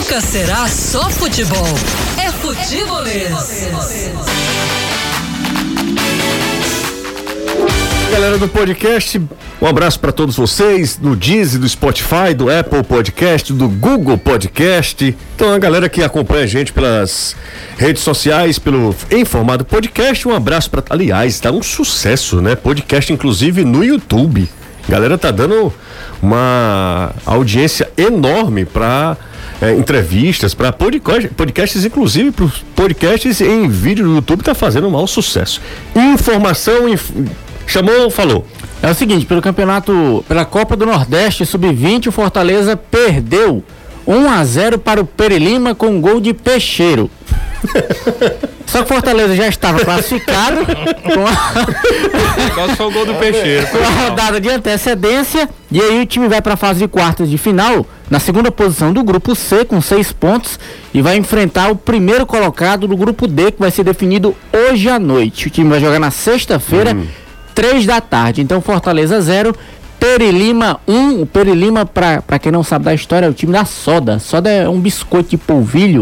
Nunca será só futebol. É Futebolês. Galera do podcast, um abraço para todos vocês, do Deezer, do Spotify, do Apple Podcast, do Google Podcast. Então a galera que acompanha a gente pelas redes sociais, pelo Em Formato Podcast, um abraço para... Aliás, tá um sucesso, né? Podcast inclusive no YouTube. A galera tá dando uma audiência enorme para entrevistas, para podcasts, inclusive para podcasts em vídeo no YouTube, tá fazendo um maior sucesso. Informação, chamou, falou. É o seguinte, pela Copa do Nordeste Sub-20, o Fortaleza perdeu 1-0 para o Perilima com um gol de Peixeiro. Só que o Fortaleza já estava classificado Só o gol do Peixeiro. com a rodada de antecedência, e aí o time vai para a fase de quartas de final, na segunda posição do grupo C, com 6 pontos, e vai enfrentar o primeiro colocado do grupo D, que vai ser definido hoje à noite. O time vai jogar na sexta-feira, 3 da tarde. Então Fortaleza 0, Perilima 1. O Perilima, pra quem não sabe da história, é o time da Soda. Soda é um biscoito de polvilho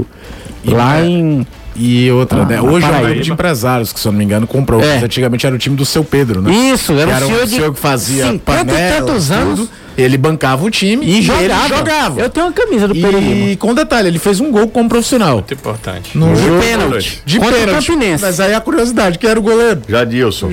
E outra, né? Hoje é um Paraíba. grupo de empresários que, se eu não me engano, comprou. Mas antigamente era o time do seu Pedro, né? Isso, era um senhor que fazia 50 e panelas, tantos anos. tudo. Ele bancava o time E ele jogava. jogava. Eu tenho uma camisa do Perilima. E com detalhe, ele fez um gol como profissional. Muito importante. No De jogo pênalti. de Contra o pênalti. Campinense. Mas aí a curiosidade, quem era o goleiro? Jailson,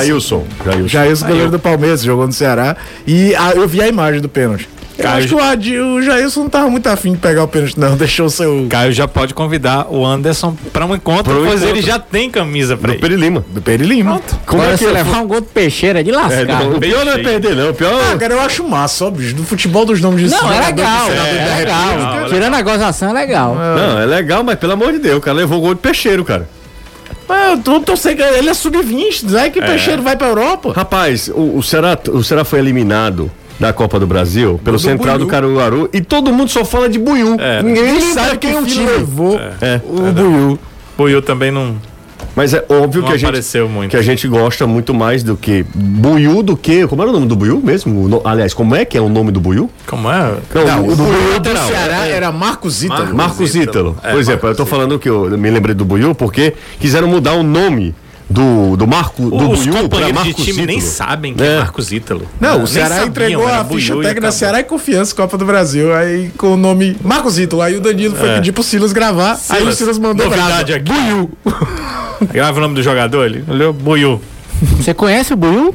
Goleiro do Palmeiras, jogou no Ceará. E eu vi a imagem do pênalti. Eu acho que o Jailson não tava muito afim de pegar o pênalti, não. Deixou o seu... Caio já pode convidar o Anderson para um encontro, pois ele já tem camisa pra do ele. Perilima. Do Perilima. Como Agora é que se levar um gol do Peixeiro é de lascar. o pior não é perder, não. O pior Cara, eu acho massa, ó, bicho. Do futebol dos nomes de Não, é senador, legal. de senador da É República. legal. Tirando a gozação, é legal. Não, é legal, mas pelo amor de Deus, o cara levou o gol de Peixeiro, cara. Eu tô sei que ele é sub-20, não é que o Peixeiro vai pra Europa. Rapaz, o Ceará foi eliminado da Copa do Brasil pelo Central do Caruaru e todo mundo só fala de Buiú. Ninguém sabe quem é o time. Levou o Buiú. Buiú também não Mas é óbvio que apareceu muito. que a gente gosta muito mais do que Buiú do que... Como era o nome do Buiú mesmo? Aliás, como é que é o nome do Buiú? Como é? Não, O do Buiú do lateral. Ceará era Marcos Ítalo. Marcos Ítalo. Por exemplo, eu tô Marcos falando que eu me lembrei do Buiú porque quiseram mudar o nome do Os Buiú pra companheiros de Marcos time nem Ítalo. sabem quem é Marcos Ítalo. Não, o Nem Ceará sabiam, entregou era a ficha Buiú e técnica da acabou. Ceará e Confiança, Copa do Brasil. Aí com o nome Marcos Ítalo. Aí o Danilo foi pedir pro Silas gravar. Aí o Silas mandou novidade aqui. Buiú. Grava o nome do jogador, ele olhou Buiú. Você conhece o Buiú?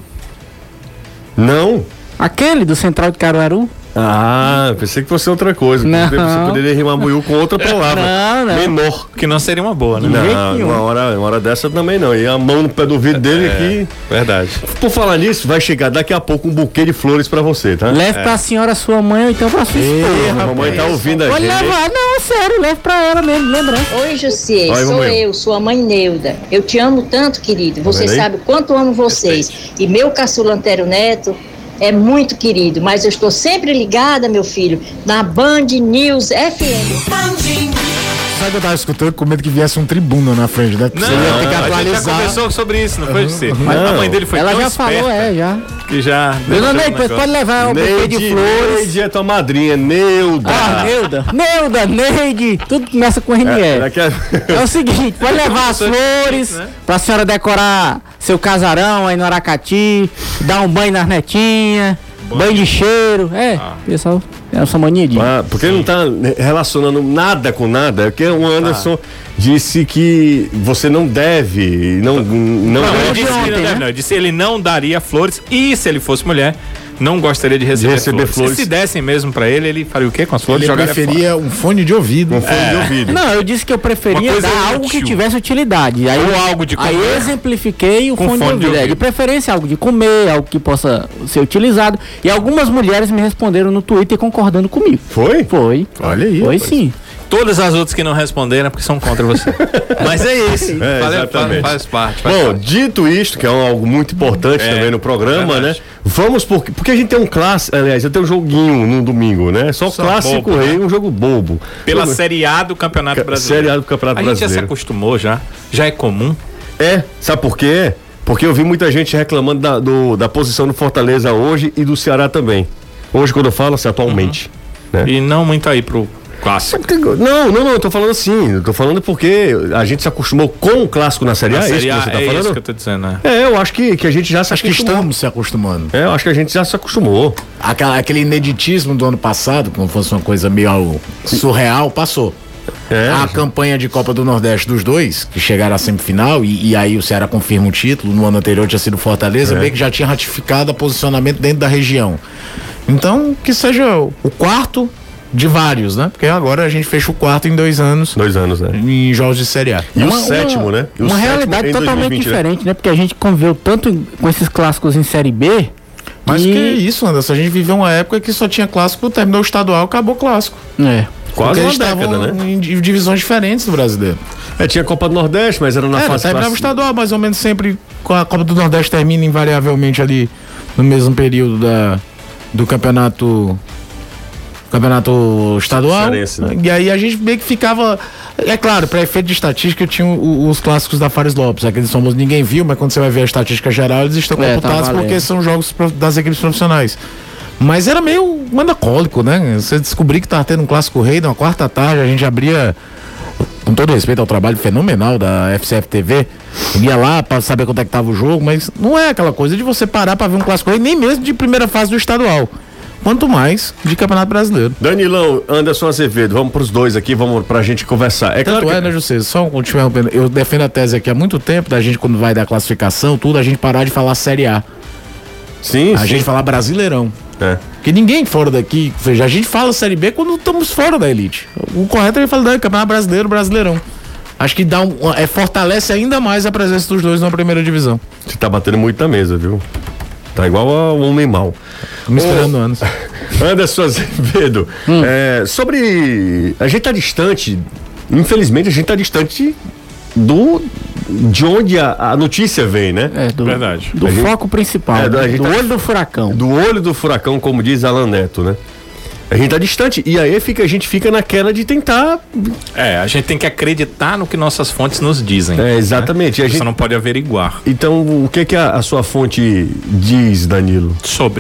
Não. Aquele do Central de Caruaru? Ah, pensei que fosse outra coisa. Não. Você poderia rimar Buiú com outra palavra. Não. Menor. Que não seria uma boa, né? jeito Não, nenhum. uma hora dessa também não. E a mão no pé do vidro dele aqui. Verdade. Por falar nisso, vai chegar daqui a pouco um buquê de flores pra você, tá? Leve pra senhora sua mãe ou então pra sua esposa. A mamãe tá ouvindo a Pode gente. levar, não, é sério, leve pra ela mesmo, lembra? Oi, Jussier, Oi, sou mamãe. eu, sua mãe Neuda. Eu te amo tanto, querido. Você vendo aí? sabe o quanto eu amo vocês. E meu caçula Antero Neto é muito querido, mas eu estou sempre ligada, meu filho, na Band News FM. Sabe que eu tava escutando com medo que viesse um tribuno na frente, né? Você ia ter que a gente já atualizar. conversou sobre isso, não foi de ser. Mas a mãe dele foi Ela tão já esperta falou, já. que já... Dona Neide, depois pode levar um buquê de flores. Neide é tua madrinha, Neuda. Neide, tudo começa com RNE. É o seguinte, pode levar as flores pra senhora decorar seu casarão aí no Aracati, dar um banho nas netinhas, banho de cheiro. Pessoal, é essa mania de... Porque ele não tá relacionando nada com nada. É porque o Anderson disse que você não deve. Não Eu deve. disse que não deve, não. Eu disse que ele não daria flores e, se ele fosse mulher, não gostaria de receber, flores. Se dessem mesmo pra ele, ele faria o quê com as flores? Ele Jogaria preferia um fone de ouvido. Um fone de ouvido. Não, eu disse que eu preferia Uma coisa dar algo útil. que tivesse utilidade. Aí, Ou algo de comer. Aí eu exemplifiquei o Com fone de fone de ouvido. ouvido. De preferência, algo de comer, algo que possa ser utilizado. E algumas mulheres me responderam no Twitter concordando comigo. Foi? Foi. Olha aí. Foi sim. Todas as outras que não responderam é porque são contra você. Mas é isso. Exatamente. Faz parte. Bom, dito isto, que é algo muito importante também no programa, verdade. né? Vamos porque a gente tem um clássico, aliás, eu tenho um joguinho no domingo, né? Só clássico bobo, rei, né? um jogo bobo. Pela Série A do Campeonato Brasileiro. Série A do Campeonato A gente já se Brasileiro. acostumou já. Já é comum. Sabe por quê? Porque eu vi muita gente reclamando da posição do Fortaleza hoje e do Ceará também. Hoje, quando eu falo, atualmente. Né? E não muito aí pro Clássico. Não, eu tô falando assim, eu tô falando porque a gente se acostumou com o clássico na Série A, é isso que você tá falando? Isso que eu tô dizendo, né? Eu acho que a gente já se acostumou. Acho que estamos se acostumando. Eu acho que a gente já se acostumou. Aquele ineditismo do ano passado, como fosse uma coisa meio surreal, passou. A campanha de Copa do Nordeste dos dois, que chegaram à semifinal, e aí o Ceará confirma o título, no ano anterior tinha sido Fortaleza, bem que já tinha ratificado o posicionamento dentro da região. Então, que seja o quarto de vários, né? Porque agora a gente fecha o quarto em 2 anos. 2 anos, né? Em jogos de Série A. E o sétimo, né? E uma realidade totalmente 2020, diferente, né? Porque a gente conviveu tanto com esses clássicos em Série B. Mas que é isso, Anderson? A gente viveu uma época que só tinha clássico, terminou o estadual, acabou o clássico. Quase uma década, né? Em divisões diferentes do brasileiro. Tinha Copa do Nordeste, mas era na fase terminava o estadual, mais ou menos sempre. A Copa do Nordeste termina invariavelmente ali no mesmo período do campeonato estadual. Cearense, né? E aí a gente meio que ficava. É claro, para efeito de estatística tinha os clássicos da Fares Lopes, aqueles famosos ninguém viu, mas quando você vai ver a estatística geral, eles estão computados porque são jogos das equipes profissionais. Mas era meio mandacólico, né? Você descobrir que tava tendo um clássico rei na quarta tarde, a gente abria, com todo respeito ao trabalho fenomenal da FCF TV, ia lá para saber quanto é que tava o jogo, mas não é aquela coisa de você parar para ver um clássico rei, nem mesmo de primeira fase do estadual. Quanto mais de Campeonato Brasileiro. Danilão, Anderson Azevedo, vamos pros dois aqui, vamos pra gente conversar. Tanto né, José? Só interrompendo, eu defendo a tese aqui há muito tempo, da gente quando vai dar classificação, tudo, a gente parar de falar Série A. Sim, a gente falar Brasileirão. Porque ninguém fora daqui, ou seja, a gente fala Série B quando estamos fora da elite. O correto é ele falar Campeonato Brasileiro, Brasileirão. Acho que fortalece ainda mais a presença dos dois na primeira divisão. Você tá batendo muito na mesa, viu? Tá igual ao homem mal. Me esperando anos. Anderson Azevedo, sobre. A gente tá distante, infelizmente, a gente tá distante de onde a notícia vem, né? Verdade. Do foco principal, do olho do furacão. Do olho do furacão, como diz Alan Neto, né? A gente tá distante e aí a gente fica naquela de tentar... a gente tem que acreditar no que nossas fontes nos dizem. Exatamente. Né? Você não pode averiguar. Então, o que a sua fonte diz, Danilo? Sobre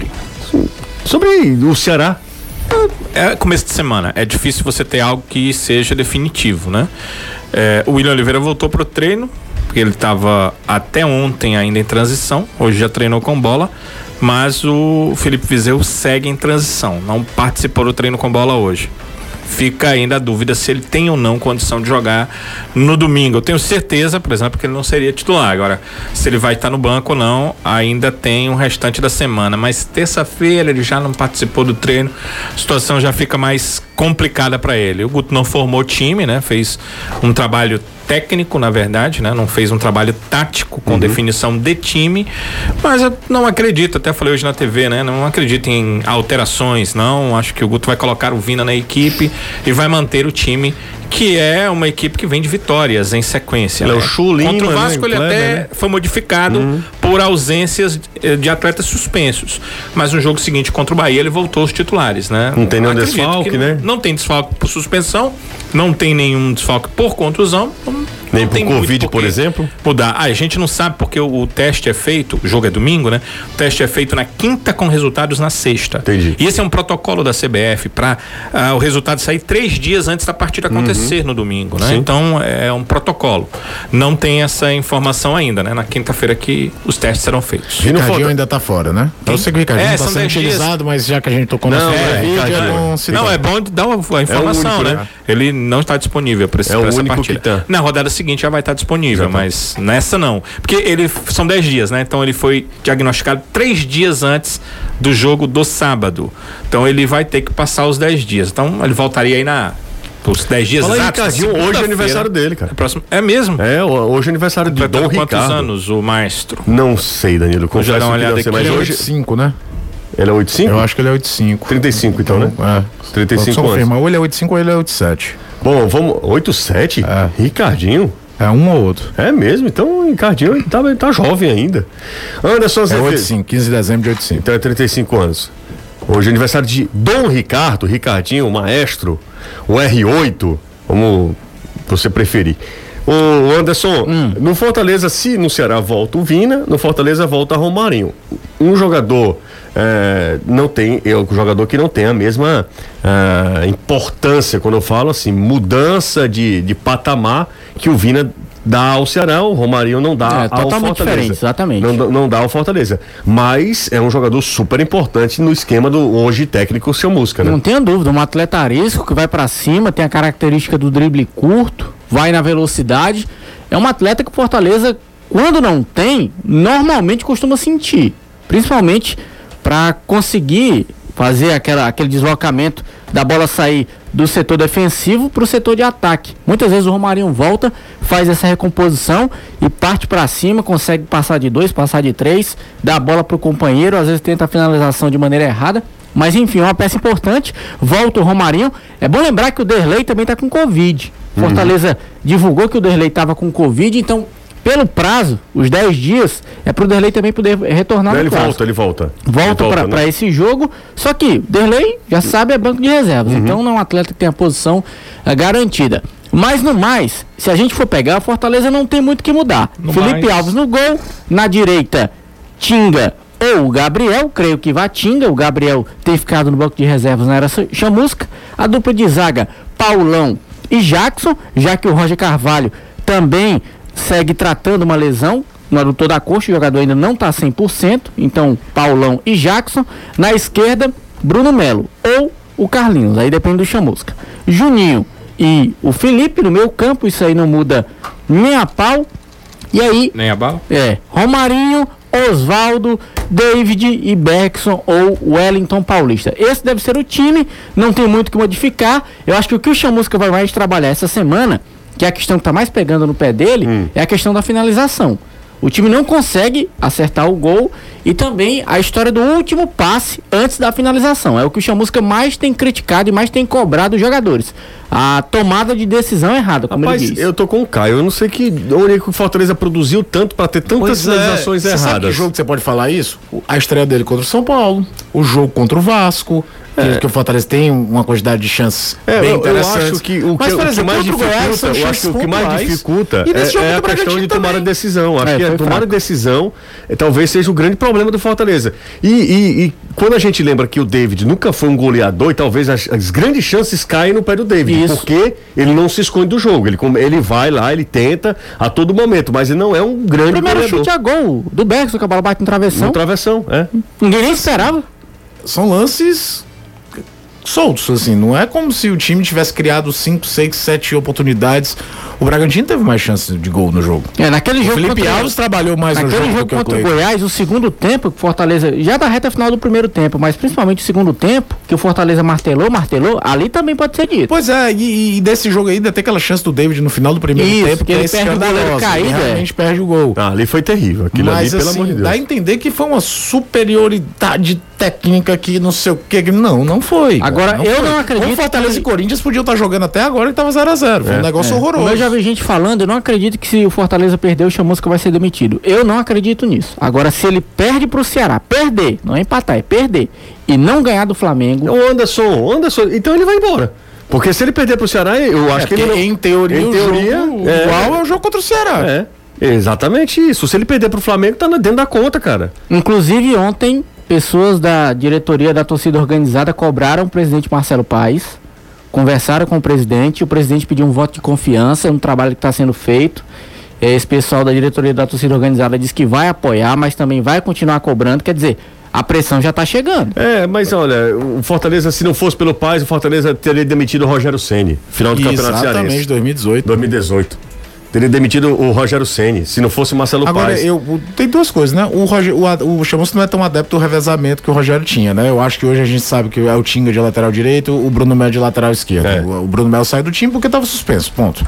o Ceará. É começo de semana. É difícil você ter algo que seja definitivo, né? O William Oliveira voltou pro treino, porque ele estava até ontem ainda em transição. Hoje já treinou com bola. Mas o Felipe Vizeu segue em transição, não participou do treino com bola hoje. Fica ainda a dúvida se ele tem ou não condição de jogar no domingo. Eu tenho certeza, por exemplo, que ele não seria titular. Agora, se ele vai estar no banco ou não, ainda tem o restante da semana. Mas terça-feira ele já não participou do treino, a situação já fica mais complicada para ele. O Guto não formou time, né? Fez um trabalho técnico, na verdade, né? Não fez um trabalho tático com definição de time, mas eu não acredito, até falei hoje na TV, né? Não acredito em alterações, não. Acho que o Guto vai colocar o Vina na equipe e vai manter o time, que é uma equipe que vem de vitórias em sequência. Né? O Chulino, contra o Vasco, ele até foi modificado por ausências de atletas suspensos, mas no jogo seguinte contra o Bahia ele voltou aos titulares, né? Não tem nenhum desfalque, né? Não tem desfalque por suspensão, não tem nenhum desfalque por contusão. Nem por Covid, por exemplo? Mudar. A gente não sabe porque o teste é feito, o jogo é domingo, né? O teste é feito na quinta com resultados na sexta. Entendi. E esse é um protocolo da CBF para o resultado sair 3 dias antes da partida acontecer no domingo, né? Sim. Então é um protocolo. Não tem essa informação ainda, né? Na quinta-feira que os testes serão feitos. O Ricardinho ainda tá fora, né? Eu sei que o Ricardinho tá sendo utilizado, mas já que a gente tocou no não, é bom dar a informação, único, né? Ele não está disponível para essa partida. Na rodada seguinte já vai estar disponível, mas nessa não. Porque são 10 dias, né? Então ele foi diagnosticado 3 dias antes do jogo do sábado. Então ele vai ter que passar os 10 dias. Então ele voltaria aí os 10 dias exatos. Hoje é aniversário dele, cara. É mesmo? Hoje é aniversário de Dom Ricardo. Quantos anos o maestro? Não sei, Danilo. Vou dar uma olhada aqui. Mas ele é 85, né? Ele é 85? Eu acho que ele é 85. 35 então, né? 35 anos. Ou ele é 85 ou ele é 87. Bom, vamos... 87? Ricardinho? É um ou outro. É mesmo? Então o Ricardinho tá jovem ainda. Anderson Azevedo. 85, 15 de dezembro de 85. Então é 35 anos. Hoje é aniversário de Dom Ricardo, Ricardinho, o maestro, o R8, como você preferir. Ô Anderson, no Fortaleza, se no Ceará volta o Vina, no Fortaleza volta Romarinho. Um jogador um jogador que não tem a mesma importância, quando eu falo assim, mudança de patamar que o Vina dá ao Ceará, o Romarinho não dá ao Fortaleza. Diferente, exatamente. Não dá ao Fortaleza. Mas é um jogador super importante no esquema do hoje técnico Chamusca, né? Não tenha dúvida, um atleta arisco que vai pra cima, tem a característica do drible curto, vai na velocidade. É um atleta que o Fortaleza, quando não tem, normalmente costuma sentir. Principalmente para conseguir fazer aquele deslocamento da bola sair do setor defensivo para o setor de ataque. Muitas vezes o Romarinho volta, faz essa recomposição e parte para cima, consegue passar de 2, passar de 3, dá a bola para o companheiro, às vezes tenta a finalização de maneira errada, mas enfim, é uma peça importante. Volta o Romarinho. É bom lembrar que o Derlei também está com Covid. Fortaleza divulgou que o Derlei estava com Covid, então pelo prazo, os 10 dias, é pro Derlei também poder retornar no clássico. Ele volta para esse jogo, só que Derlei, já sabe, é banco de reservas, então não é um atleta que tem a posição garantida. Mas no mais, se a gente for pegar, a Fortaleza não tem muito o que mudar. Felipe Alves no gol, na direita, Tinga ou o Gabriel, creio que vai Tinga, o Gabriel tem ficado no banco de reservas na era Chamusca. A dupla de zaga, Paulão e Jackson, já que o Roger Carvalho também segue tratando uma lesão no adutor da coxa, o jogador ainda não está 100%, então Paulão e Jackson. Na esquerda, Bruno Melo ou o Carlinhos, aí depende do Chamusca. Juninho e o Felipe no meio campo, isso aí não muda nem a pau. E aí, nem a bala? Romarinho, Osvaldo, David e Bergson ou Wellington Paulista. Esse deve ser o time, não tem muito o que modificar. Eu acho que o Chamusca vai mais trabalhar essa semana, que é a questão que está mais pegando no pé dele, é a questão da finalização. O time não consegue acertar o gol e também a história do último passe antes da finalização. É o que o Chamusca mais tem criticado e mais tem cobrado os jogadores. A tomada de decisão errada, como ele diz. Eu tô com o Caio, eu não sei onde que o Fortaleza produziu tanto para ter tantas finalizações erradas. Sabe que jogo que você pode falar isso? A estreia dele contra o São Paulo, o jogo contra o Vasco. Que o Fortaleza tem uma quantidade de chances bem interessantes. Eu acho que o que mais dificulta é a questão de tomar a decisão. Acho que a tomar a decisão talvez seja o grande problema do Fortaleza. E quando a gente lembra que o David nunca foi um goleador, e talvez as grandes chances caem no pé do David, porque ele não se esconde do jogo. Ele vai lá, ele tenta a todo momento, mas ele não é um grande goleador. O primeiro chute a gol do Bergson, que a bola bate no travessão. No travessão, Ninguém nem esperava. São lances soltos, assim, não é como se o time tivesse criado 5, 6, 7 oportunidades. O Bragantino teve mais chances de gol no jogo. Naquele jogo o Felipe Alves trabalhou mais no jogo. Naquele jogo contra o Goiás, o segundo tempo, que o Fortaleza, já da reta final do primeiro tempo, mas principalmente o segundo tempo, que o Fortaleza martelou, ali também pode ser dito. Pois é, e desse jogo aí ainda tem aquela chance do David no final do primeiro tempo, que ele perde o goleiro caído, realmente perde o gol. Ali foi terrível, aquilo mas, ali, pelo amor de Deus. Dá a entender que foi uma superioridade técnica que não sei o que, não foi. Agora, eu não acredito. O Fortaleza e Corinthians podiam estar jogando até agora e tava 0-0. Foi um negócio horroroso. Como eu já vi gente falando, eu não acredito que se o Fortaleza perder, o Chamusca vai ser demitido. Eu não acredito nisso. Agora, se ele perde pro Ceará, perder, não é empatar, é perder, e não ganhar do Flamengo. O Anderson, então ele vai embora. Porque se ele perder pro Ceará, eu acho que ele não... Em teoria, o jogo igual é o jogo contra o Ceará. Exatamente isso. Se ele perder pro Flamengo, tá dentro da conta, cara. Inclusive, ontem, pessoas da diretoria da torcida organizada cobraram o presidente Marcelo Paes, conversaram com o presidente pediu um voto de confiança no trabalho que está sendo feito. Esse pessoal da diretoria da torcida organizada diz que vai apoiar, mas também vai continuar cobrando, quer dizer, a pressão já está chegando. Mas olha, o Fortaleza, se não fosse pelo Paes, o Fortaleza teria demitido o Rogério Ceni, final do Campeonato Cearense. Exatamente, 2018. Teria demitido o Rogério Ceni, se não fosse o Marcelo Paes. Agora, tem duas coisas, né? O Chamusca não é tão adepto ao revezamento que o Rogério tinha, né? Eu acho que hoje a gente sabe que é o Tinga de lateral direito, o Bruno Melo de lateral esquerdo. O Bruno Melo saiu do time porque estava suspenso, ponto.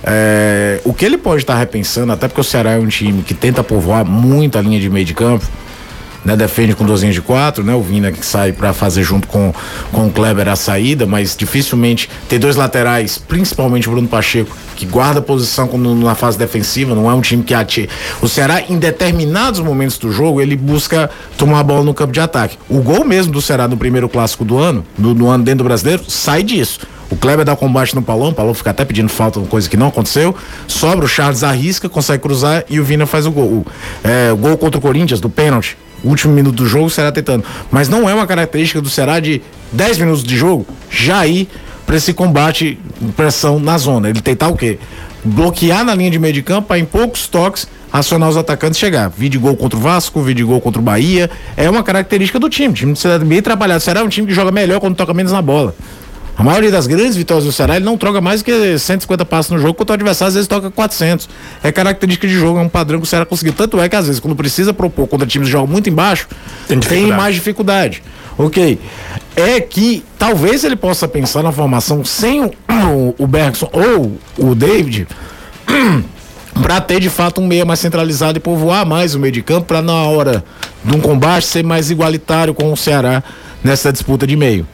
O que ele pode estar repensando, até porque o Ceará é um time que tenta povoar muito a linha de meio de campo, né, defende com 2 linhas de 4, né? O Vina que sai para fazer junto com o Kleber a saída, mas dificilmente tem 2 laterais, principalmente o Bruno Pacheco, que guarda posição na fase defensiva, não é um time que atira. O Ceará, em determinados momentos do jogo, ele busca tomar a bola no campo de ataque. O gol mesmo do Ceará no primeiro clássico do ano, no ano dentro do Brasileiro, sai disso. O Kleber dá combate no Paulão, o Paulão fica até pedindo falta, coisa que não aconteceu. Sobra, o Charles arrisca, consegue cruzar e o Vina faz o gol. O gol contra o Corinthians, do pênalti. Último minuto do jogo, o Ceará tentando. Mas não é uma característica do Ceará de 10 minutos de jogo já ir para esse combate, pressão na zona. Ele tentar o quê? Bloquear na linha de meio de campo para em poucos toques acionar os atacantes e chegar. Vídeo gol contra o Vasco, vídeo gol contra o Bahia. É uma característica do time. O time do Ceará é bem trabalhado. O Ceará é um time que joga melhor quando toca menos na bola. A maioria das grandes vitórias do Ceará, ele não troca mais do que 150 passos no jogo, quando o adversário às vezes toca 400. É característica de jogo, é um padrão que o Ceará conseguiu. Tanto é que às vezes, quando precisa propor, quando o time joga muito embaixo, tem mais dificuldade. Ok. É que talvez ele possa pensar na formação sem o Bergson ou o David para ter de fato um meia mais centralizado e povoar mais o meio de campo, para na hora de um combate ser mais igualitário com o Ceará nessa disputa de meio.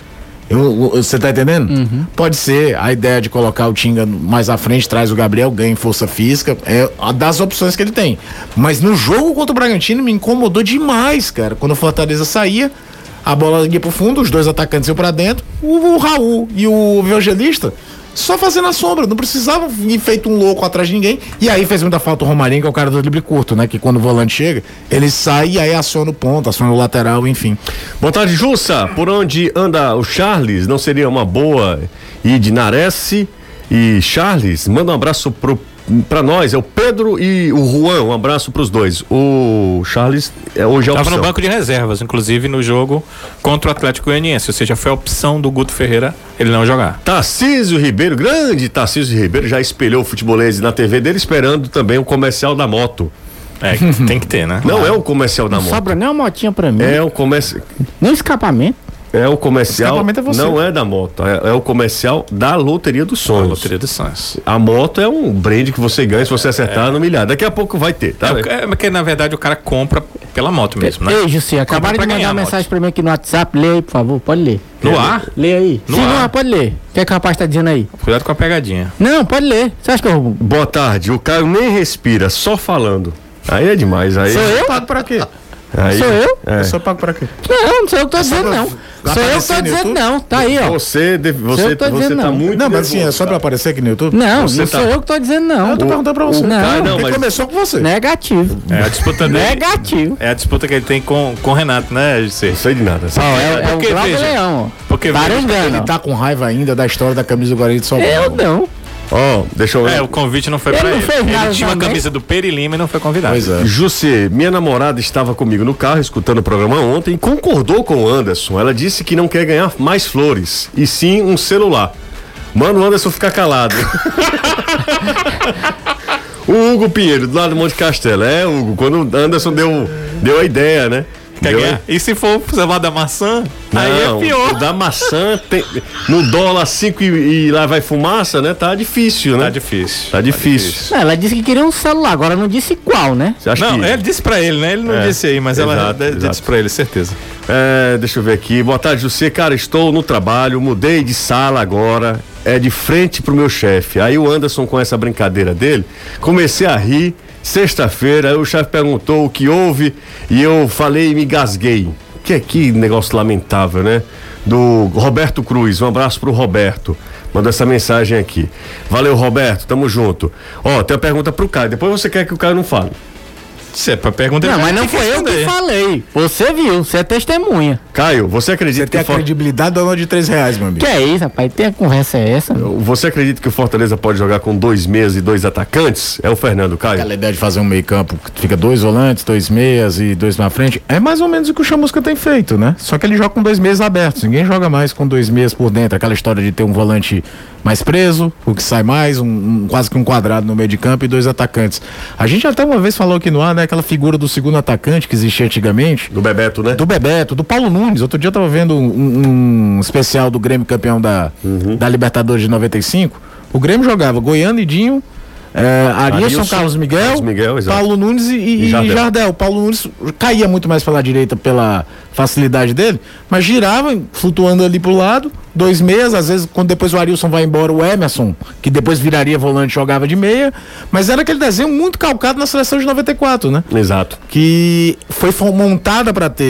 Você tá entendendo? Uhum. Pode ser a ideia de colocar o Tinga mais à frente, traz o Gabriel, ganha em força física, é a das opções que ele tem. Mas no jogo contra o Bragantino me incomodou demais, cara. Quando o Fortaleza saía, a bola ia pro fundo, os dois atacantes iam pra dentro, o Raul e o Evangelista só fazendo a sombra, não precisava ir feito um louco atrás de ninguém. E aí fez muita falta o Romarinho, que é o cara do drible curto, né? Que quando o volante chega, ele sai e aí aciona o ponto, aciona o lateral, enfim. Boa tarde, Jussa. Por onde anda o Charles? Não seria uma boa ir de Nares e Charles? Manda um abraço pra nós, é o Pedro e o Juan, um abraço pros dois. O Charles hoje é a opção. Tava no banco de reservas, inclusive no jogo contra o Atlético Goianiense, ou seja, foi a opção do Guto Ferreira ele não jogar. Tarcísio Ribeiro, grande Tarcísio Ribeiro, já espelhou o futebolês na TV dele, esperando também o comercial da moto. É, tem que ter, né? Não é o comercial da moto. Não sobra nem uma motinha pra mim. É o comercial. Nem escapamento. É o comercial, é não é da moto, é o comercial da Loteria dos Sonhos. Loteria dos Sonhos. A moto é um brinde que você ganha se você acertar no milhar. Daqui a pouco vai ter, tá? Porque na verdade o cara compra pela moto mesmo, né? Ei, Jussi, acabaram de mandar uma mensagem pra mim aqui no WhatsApp, lê aí, por favor, pode ler. No ar? Lê aí. No Sim, ar. no ar, pode ler. O que é que o rapaz tá dizendo aí? Cuidado com a pegadinha. Não, pode ler. Você acha que eu... Boa tarde, o Caio nem respira, só falando. Aí é demais, aí... Sou eu? Pago pra quê? Aí, Sou eu? Eu só pago pra quê? Não sou eu que tô dizendo, não. Sou eu que tô dizendo, não. Tá aí, ó. Você tá muito... Não, mas assim, é só pra aparecer aqui no YouTube? Não, não sou eu que tô dizendo, não. Eu tô perguntando pra você. Não, mas... começou com você. Negativo. É a disputa dele. Negativo. É a disputa que ele tem com o Renato, né, Jussi? Não sei de nada. É o Porque, Cláudio veja, Leão, ó. Porque Tarangana. Ele tá com raiva ainda da história da camisa do Guarani de São Paulo. Eu não. Ó, deixa eu ver. o convite não foi Ele pra não ele. fez nada Ele tinha uma também. camisa do Peri Lima e não foi convidado. Pois é. Jussi, minha namorada estava comigo no carro escutando o programa ontem e concordou com o Anderson. Ela disse que não quer ganhar mais flores, e sim um celular. Mano, o Anderson fica calado. O Hugo Pinheiro, do lado do Monte Castelo. É, Hugo, quando o Anderson deu a ideia, né? Quer ganhar? E se for o celular da maçã? Aí é pior. O da maçã tem, no dólar 5 e lá vai fumaça, né? Tá difícil, né? Tá difícil. Tá difícil. Não, ela disse que queria um celular, agora não disse qual, né? Você acha Não, que... ele disse pra ele, né? Ele não disse aí, mas ela disse pra ele, certeza. Deixa eu ver aqui. Boa tarde, José. Cara, estou no trabalho, mudei de sala agora, de frente pro meu chefe. Aí o Anderson, com essa brincadeira dele, comecei a rir. Sexta-feira, aí o chefe perguntou o que houve e eu falei e me gasguei. Que negócio lamentável, né? Do Roberto Cruz, um abraço pro Roberto. Mandou essa mensagem aqui. Valeu, Roberto, tamo junto. Ó, tem uma pergunta pro Caio, depois você quer que o Caio não fale. Se é pra perguntar. Não, mas não foi eu que falei. Você viu, você é testemunha. Caio, você acredita Você tem a credibilidade do ano de R$3, meu amigo. Que é isso, rapaz? Tem a conversa é essa? Você acredita que o Fortaleza pode jogar com 2 meias e 2 atacantes? É o Fernando, Caio. Aquela ideia de fazer um meio campo que fica 2 volantes, 2 meias e 2 na frente, é mais ou menos o que o Chamusca tem feito, né? Só que ele joga com 2 meias abertos, ninguém joga mais com 2 meias por dentro, aquela história de ter um volante mais preso, o que sai mais, quase que um quadrado no meio de campo e 2 atacantes. A gente até uma vez falou aqui no ar, né? Aquela figura do segundo atacante que existia antigamente. Do Bebeto, né? Do Bebeto, do Paulo Nunes. Outro dia eu tava vendo um especial do Grêmio campeão da Libertadores de 95. O Grêmio jogava Goiano e Dinho, Arilson, Carlos Miguel, Paulo Nunes e Jardel. O Paulo Nunes caía muito mais pela direita pela facilidade dele, mas girava, flutuando ali pro lado, 2 meias, às vezes quando depois o Arilson vai embora, o Emerson, que depois viraria volante, jogava de meia, mas era aquele desenho muito calcado na seleção de 94, né? Exato. Que foi montada para ter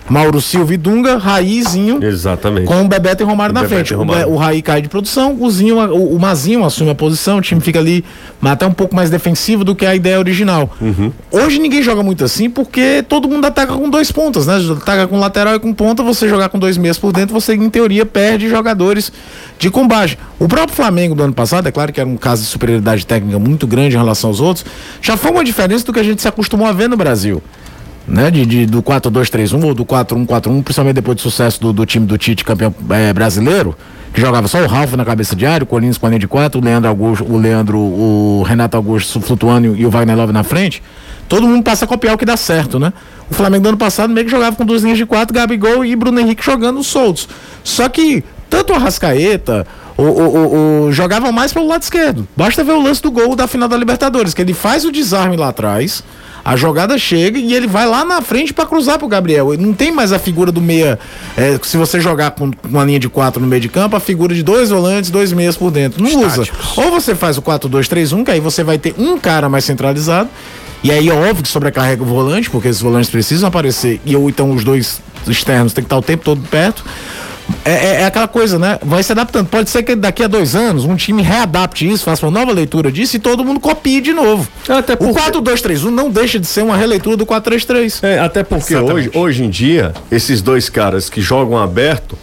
Mauro Silva e Dunga, Raizinho. Exatamente. Com o Bebeto e Romário na frente. O Raí cai de produção, o Mazinho assume a posição, o time fica ali até um pouco mais defensivo do que a ideia original. Hoje ninguém joga muito assim porque todo mundo ataca com 2 pontas, né? Ataca com lateral e com ponta, você jogar com 2 meias por dentro, você em teoria perde jogadores de combate. O próprio Flamengo do ano passado, é claro que era um caso de superioridade técnica muito grande em relação aos outros, já foi uma diferença do que a gente se acostumou a ver no Brasil. Né, do 4-2-3-1 ou do 4-1-4-1, principalmente depois do sucesso do time do Tite, campeão brasileiro, que jogava só o Ralf na cabeça de área, o Corinthians com a linha de 4, o Renato Augusto flutuando e o Wagner Love na frente. Todo mundo passa a copiar o que dá certo, né? O Flamengo do ano passado meio que jogava com 2 linhas de 4, Gabigol e Bruno Henrique jogando soltos. Só que tanto o Arrascaeta jogava mais pelo lado esquerdo. Basta ver o lance do gol da final da Libertadores, que ele faz o desarme lá atrás, a jogada chega e ele vai lá na frente para cruzar pro Gabriel. Ele não tem mais a figura do meia. Se você jogar com uma linha de 4 no meio de campo, a figura de 2 volantes, 2 meias por dentro. Não usa. Ou você faz o 4-2-3-1, que aí você vai ter um cara mais centralizado. E aí é óbvio que sobrecarrega o volante, porque esses volantes precisam aparecer. Ou então os 2 externos tem que estar o tempo todo perto. É aquela coisa, né? Vai se adaptando. Pode ser que daqui a 2 anos um time readapte isso, faça uma nova leitura disso e todo mundo copie de novo. Até porque... O 4-2-3-1 não deixa de ser uma releitura do 4-3-3. Até porque hoje em dia, esses 2 caras que jogam abertos,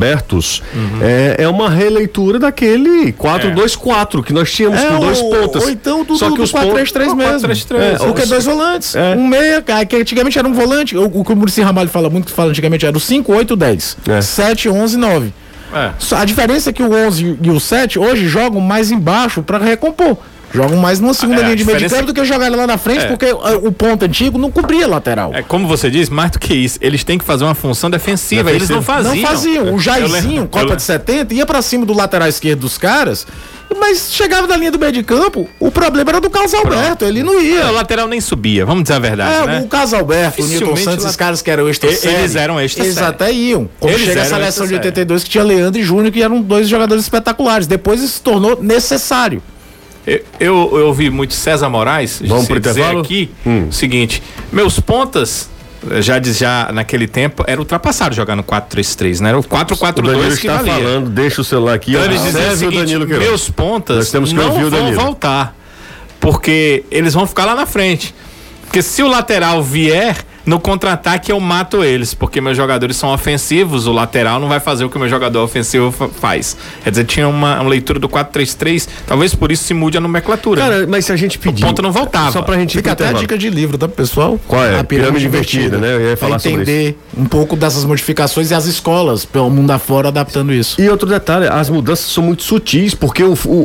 é uma releitura daquele 4-2-4 que nós tínhamos com 2 pontas. Ou então do 4-3-3 mesmo. Porque é 2 volantes. Um meia, que antigamente era um volante. O que o Muricy Ramalho fala muito, que fala antigamente era o 5, 8, 10. 7, 11, 9. A diferença é que o 11 e o 7 hoje jogam mais embaixo para recompor. Jogam mais numa segunda linha de meio de campo do que jogar ele lá na frente, porque o ponto antigo não cobria lateral. Como você diz, mais do que isso, eles têm que fazer uma função defensiva. Eles não faziam. Não faziam. O Jairzinho, Copa de 70, ia pra cima do lateral esquerdo dos caras, mas chegava da linha do meio de campo, o problema era do Carlos Alberto, ele não ia. O lateral nem subia, vamos dizer a verdade, né? O Carlos Alberto, o Nilton Santos, esses caras que eram extra série. Eles eram extra série. Eles até iam. Como chega a seleção de 82, que tinha Leandro e Júnior, que eram 2 jogadores espetaculares. Depois isso se tornou necessário. Eu ouvi muito César Moraes dizer aqui o seguinte: meus pontas já naquele tempo era ultrapassado jogar no 4-3-3, né? Era o 4-4-2 que valia. Falando, deixa o celular aqui. Então ele dizia o seguinte: meus pontas não vão voltar, porque eles vão ficar lá na frente. Porque se o lateral vier no contra-ataque, eu mato eles, porque meus jogadores são ofensivos, o lateral não vai fazer o que o meu jogador ofensivo faz. Quer dizer, tinha uma leitura do 4-3-3, talvez por isso se mude a nomenclatura. Cara, mas se a gente pedir... O ponto não voltava. Só pra gente... Fica até a dica de livro, tá, pessoal? Qual é? A pirâmide invertida, né? Eu ia falar sobre isso. Entender um pouco dessas modificações e as escolas pelo mundo afora adaptando isso. E outro detalhe, as mudanças são muito sutis, porque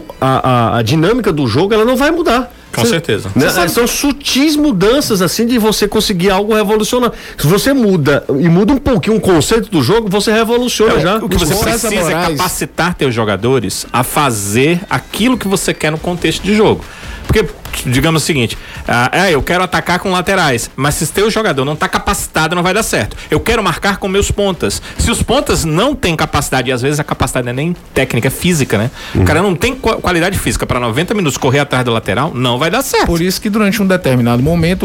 a dinâmica do jogo, ela não vai mudar. Com certeza. São sutis mudanças, assim, de você conseguir algo revolucionar. Se você muda um pouquinho o conceito do jogo, você revoluciona já. O que você precisa é capacitar teus jogadores a fazer aquilo que você quer no contexto de jogo. Porque, digamos o seguinte, eu quero atacar com laterais, mas se teu jogador não está capacitado, não vai dar certo. Eu quero marcar com meus pontas. Se os pontas não têm capacidade, e às vezes a capacidade não é nem técnica, é física, né? O cara não tem qualidade física para 90 minutos correr atrás do lateral, não vai dar certo. Por isso que durante um determinado momento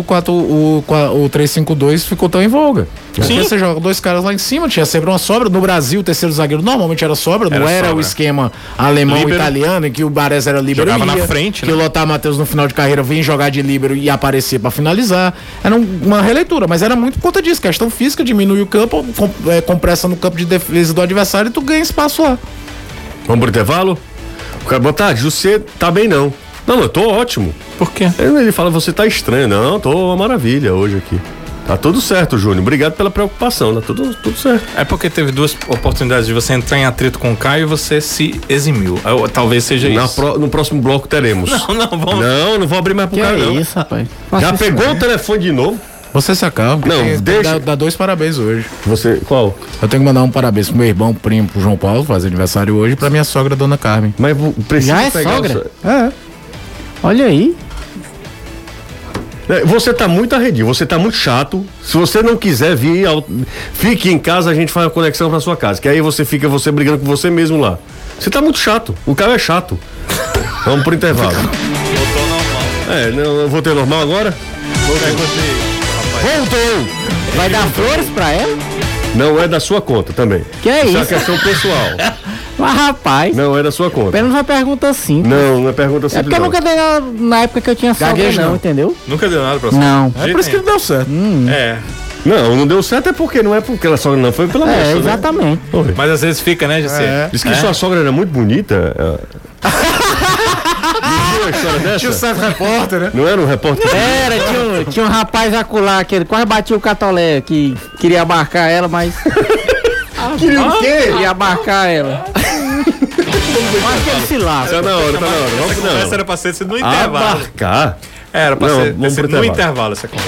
o 3-5-2 ficou tão em voga. Porque você joga 2 caras lá em cima, tinha sempre uma sobra. No Brasil, o terceiro zagueiro normalmente era sobra, não era o esquema alemão ou italiano, em que o Baresi era líbero, jogava na frente, que o Lothar Matheus no final de carreira vem jogar de líbero e aparecer para finalizar. Era uma releitura, mas era muito por conta disso. Questão física, diminui o campo, compressa no campo de defesa do adversário e tu ganha espaço lá. Vamos pro intervalo? O cara, boa tarde, você tá bem não. Não, eu tô ótimo. Por quê? Ele fala, você tá estranho. Não, tô uma maravilha hoje aqui. Tá tudo certo, Júnior. Obrigado pela preocupação, tá tudo certo. É porque teve 2 oportunidades de você entrar em atrito com o Caio e você se eximiu. Talvez seja isso. No próximo bloco teremos. Não vou abrir mais pro Caio, não. É isso, rapaz. Já pegou o telefone de novo? Você se acalma. Não, deixa. Dá 2 parabéns hoje. Você, qual? Eu tenho que mandar um parabéns pro meu irmão, primo, pro João Paulo, fazer aniversário hoje, pra minha sogra, Dona Carmen. Mas precisa já é pegar sogra? É. Olha aí. Você tá muito arredio, você tá muito chato. Se você não quiser vir, fique em casa, a gente faz uma conexão pra sua casa. Que aí você brigando com você mesmo lá. Você tá muito chato, o cara é chato. Vamos pro intervalo. Voltou normal. Eu voltei normal agora? Voltou. Vai dar flores pra ela? Não é da sua conta também. Que é isso? É questão pessoal. Mas, rapaz. Não é da sua conta. Apenas uma pergunta simples. Não é pergunta simples. É porque eu nunca dei nada na época que eu tinha sogra, não, entendeu? Nunca deu nada pra você? Não. É por isso que não deu certo. É. Não deu certo não é porque ela sogra não, foi pela moça, né? Exatamente. Mas às vezes fica, né, José? Diz que sua sogra era muito bonita. Uma história dessa? Tinha um certo repórter, né? Não era um repórter? Tinha um rapaz acular que ele quase batia o catolé, que queria abarcar ela, mas... Queria o quê? Queria abarcar ela. Mas que ele se lasca. Tá na hora. Vamos não. Essa era pra ser no intervalo. Abarcar? Era pra ser vamos pro no intervalo essa conversa.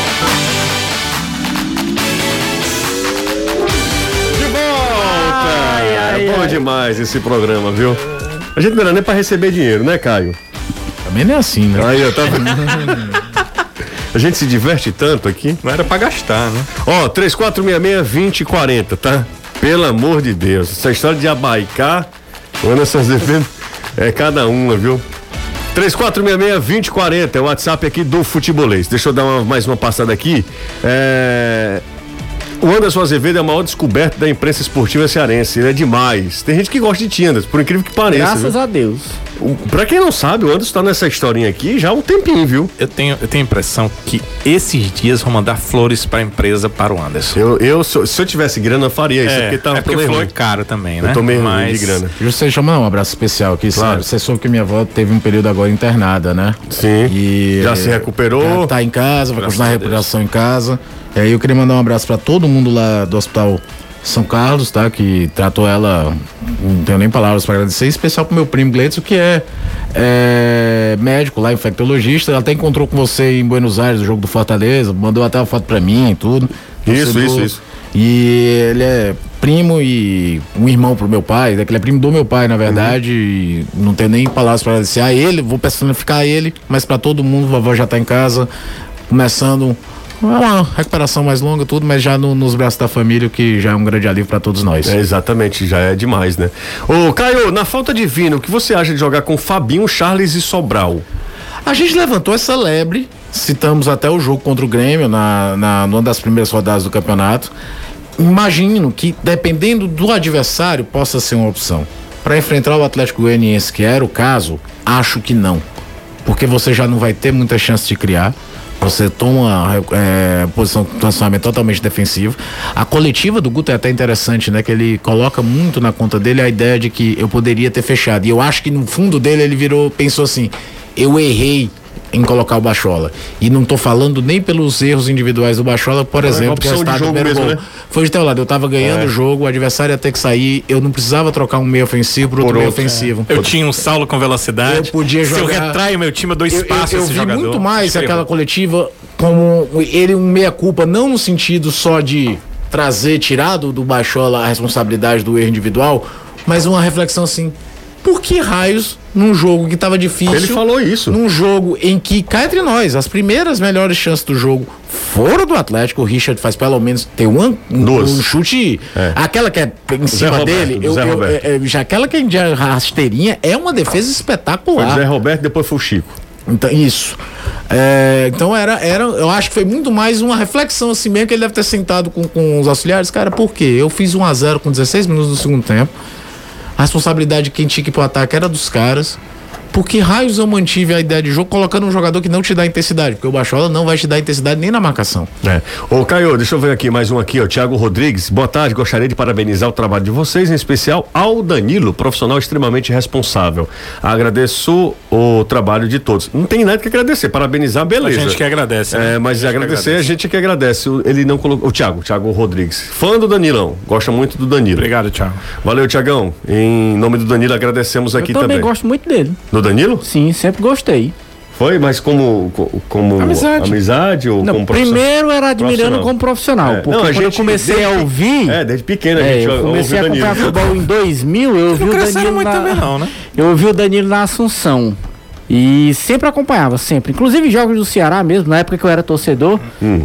É bom demais esse programa, viu? A gente não era nem pra receber dinheiro, né, Caio? Também não é assim, né? Aí, eu tava... A gente se diverte tanto aqui. Não era pra gastar, né? Ó, 3466-2040, tá? Pelo amor de Deus. Essa história de abaicar, quando essas defendem, é cada uma, viu? 3466-2040 é o WhatsApp aqui do Futebolês. Deixa eu dar mais uma passada aqui. O Anderson Azevedo é a maior descoberta da imprensa esportiva cearense. Ele é demais. Tem gente que gosta de ti, Anderson, por incrível que pareça. Graças a Deus. Pra quem não sabe, o Anderson tá nessa historinha aqui já há um tempinho, viu? Eu tenho a impressão que esses dias vão mandar flores pra empresa para o Anderson. Se eu tivesse grana, eu faria isso. Porque flor é caro também, né? Eu tô meio ruim de grana. Você chama um abraço especial aqui, claro. Você soube que minha avó teve um período agora internada, né? Sim. E já se recuperou. Já tá em casa, vai continuar a recuperação em casa. E aí eu queria mandar um abraço pra todo mundo lá do Hospital São Carlos, tá? Que tratou ela, não tenho nem palavras pra agradecer, em especial pro meu primo Gleidson, que é médico lá, infectologista. Ela até encontrou com você em Buenos Aires, no jogo do Fortaleza, mandou até uma foto pra mim e tudo. Isso. E ele é primo e um irmão pro meu pai, ele é primo do meu pai, na verdade, e não tenho nem palavras pra agradecer a ele, vou personificar a ele, mas pra todo mundo, a vovó já tá em casa, começando uma recuperação mais longa, tudo, mas já nos braços da família, o que já é um grande alívio pra todos nós. Exatamente, já é demais, né? Ô, Caio, na falta de Vina, o que você acha de jogar com Fabinho, Charles e Sobral? A gente levantou essa lebre, citamos até o jogo contra o Grêmio, numa das primeiras rodadas do campeonato. Imagino que, dependendo do adversário, possa ser uma opção. Para enfrentar o Atlético Goianiense, que era o caso, acho que não. Porque você já não vai ter muita chance de criar. Você toma posição de posicionamento totalmente defensivo. A coletiva do Guto é até interessante, né? Que ele coloca muito na conta dele a ideia de que eu poderia ter fechado. E eu acho que no fundo dele ele pensou assim: eu errei em colocar o Bachola. E não tô falando nem pelos erros individuais do Bachola, por exemplo, que o resultado do primeiro gol foi de teu lado. Eu tava ganhando o jogo, o adversário ia ter que sair, eu não precisava trocar um meio ofensivo por outro meio ofensivo. Eu tinha um Saulo com velocidade. Eu podia jogar. Se eu retraio meu time, eu dou espaço a esse jogador. Eu vi muito mais aquela coletiva como ele um meia-culpa, não no sentido só de tirar do Bachola a responsabilidade do erro individual, mas uma reflexão assim: por que raios, num jogo que tava difícil... Ele falou isso. Num jogo em que, cá entre nós, as primeiras melhores chances do jogo foram do Atlético. O Richard faz pelo menos ter um chute... Aquela que é em cima dele... já aquela que é de rasteirinha é uma defesa espetacular. Foi o Zé Roberto, depois foi o Chico. Então, isso. Então eu acho que foi muito mais uma reflexão assim mesmo, que ele deve ter sentado com os auxiliares. Cara, por quê? Eu fiz 1-0 com 16 minutos do segundo tempo. A responsabilidade de quem tinha que ir pro ataque era dos caras. Por que raios eu mantive a ideia de jogo colocando um jogador que não te dá intensidade? Porque o Bachola não vai te dar intensidade nem na marcação. Ô, Caio, deixa eu ver aqui mais um aqui, ó. Thiago Rodrigues, boa tarde, gostaria de parabenizar o trabalho de vocês, em especial ao Danilo, profissional extremamente responsável. Agradeço o trabalho de todos. Não tem nada que agradecer, parabenizar, beleza. A gente que agradece. Né? Mas agradecer, a gente que agradece. Ele não colocou, o Thiago Rodrigues, fã do Danilão, gosta muito do Danilo. Obrigado, Thiago. Valeu, Thiagão. Em nome do Danilo, agradecemos aqui também. Eu também gosto muito dele. Do Danilo? Sim, sempre gostei. Foi, mas como amizade ou não, como profissional? Primeiro era admirando como profissional, porque quando eu comecei a ouvir... desde pequeno a gente eu comecei a acompanhar futebol em 2000, eu ouvi o Danilo muito também não, né? Eu ouvi o Danilo na Assunção e sempre acompanhava, sempre. Inclusive jogos do Ceará mesmo, na época que eu era torcedor.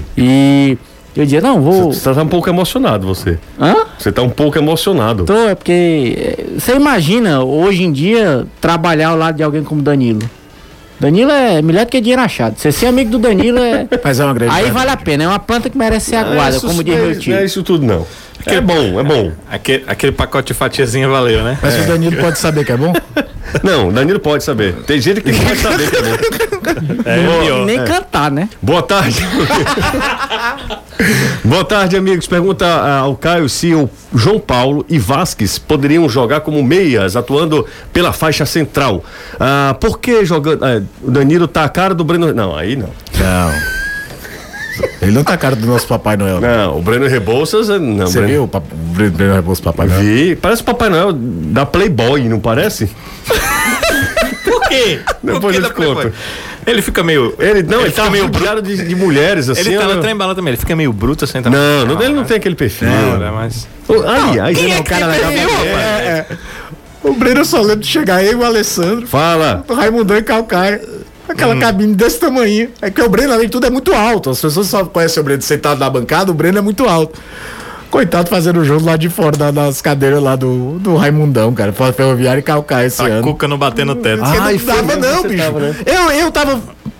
E eu dizia, não, vou... Você tá um pouco emocionado, você. Hã? Você tá um pouco emocionado. É porque você imagina, hoje em dia, trabalhar ao lado de alguém como Danilo. Danilo é melhor do que dinheiro achado. Você ser amigo do Danilo é... Mas é uma grande Aí vale a pena, é uma planta que merece ser aguada, como diz meu tio. Não é isso tudo, não. É bom. Aquele pacote de fatiazinha valeu, né? Mas o Danilo pode saber que é bom? Não, o Danilo pode saber. Tem gente que não pode saber que é bom. Nem cantar, né? Boa tarde. Boa tarde, amigos. Pergunta ao Caio se o João Paulo e Vasquez poderiam jogar como meias, atuando pela faixa central. Por que jogando... o Danilo tá a cara do Breno... Não, aí não. Não. Ele não tá a cara do nosso Papai Noel. Não, o Breno Rebouças... Não, Você viu o Breno Rebouças Papai Noel? Vi. Parece o Papai Noel da Playboy, não parece? Por quê? Depois eu te conto. Ele fica meio... Ele tá meio rodeado de mulheres, assim. Ele tá na trem-bala também, ele fica meio bruto assim. Ele não tem aquele perfil. Mas... Aliás, quem é o cara legal? O Breno só lembra de chegar, eu e o Alessandro. Fala. O Raimundão e Calcaia. Aquela cabine desse tamanho. É que o Breno, além de tudo, é muito alto. As pessoas só conhecem o Breno sentado na bancada, o Breno é muito alto. Coitado fazendo o jogo lá de fora das cadeiras lá do Raimundão, cara. Ferroviário e Calcaia esse ano. A cuca não batendo no teto. Não, bicho. Tava, né? Eu tava...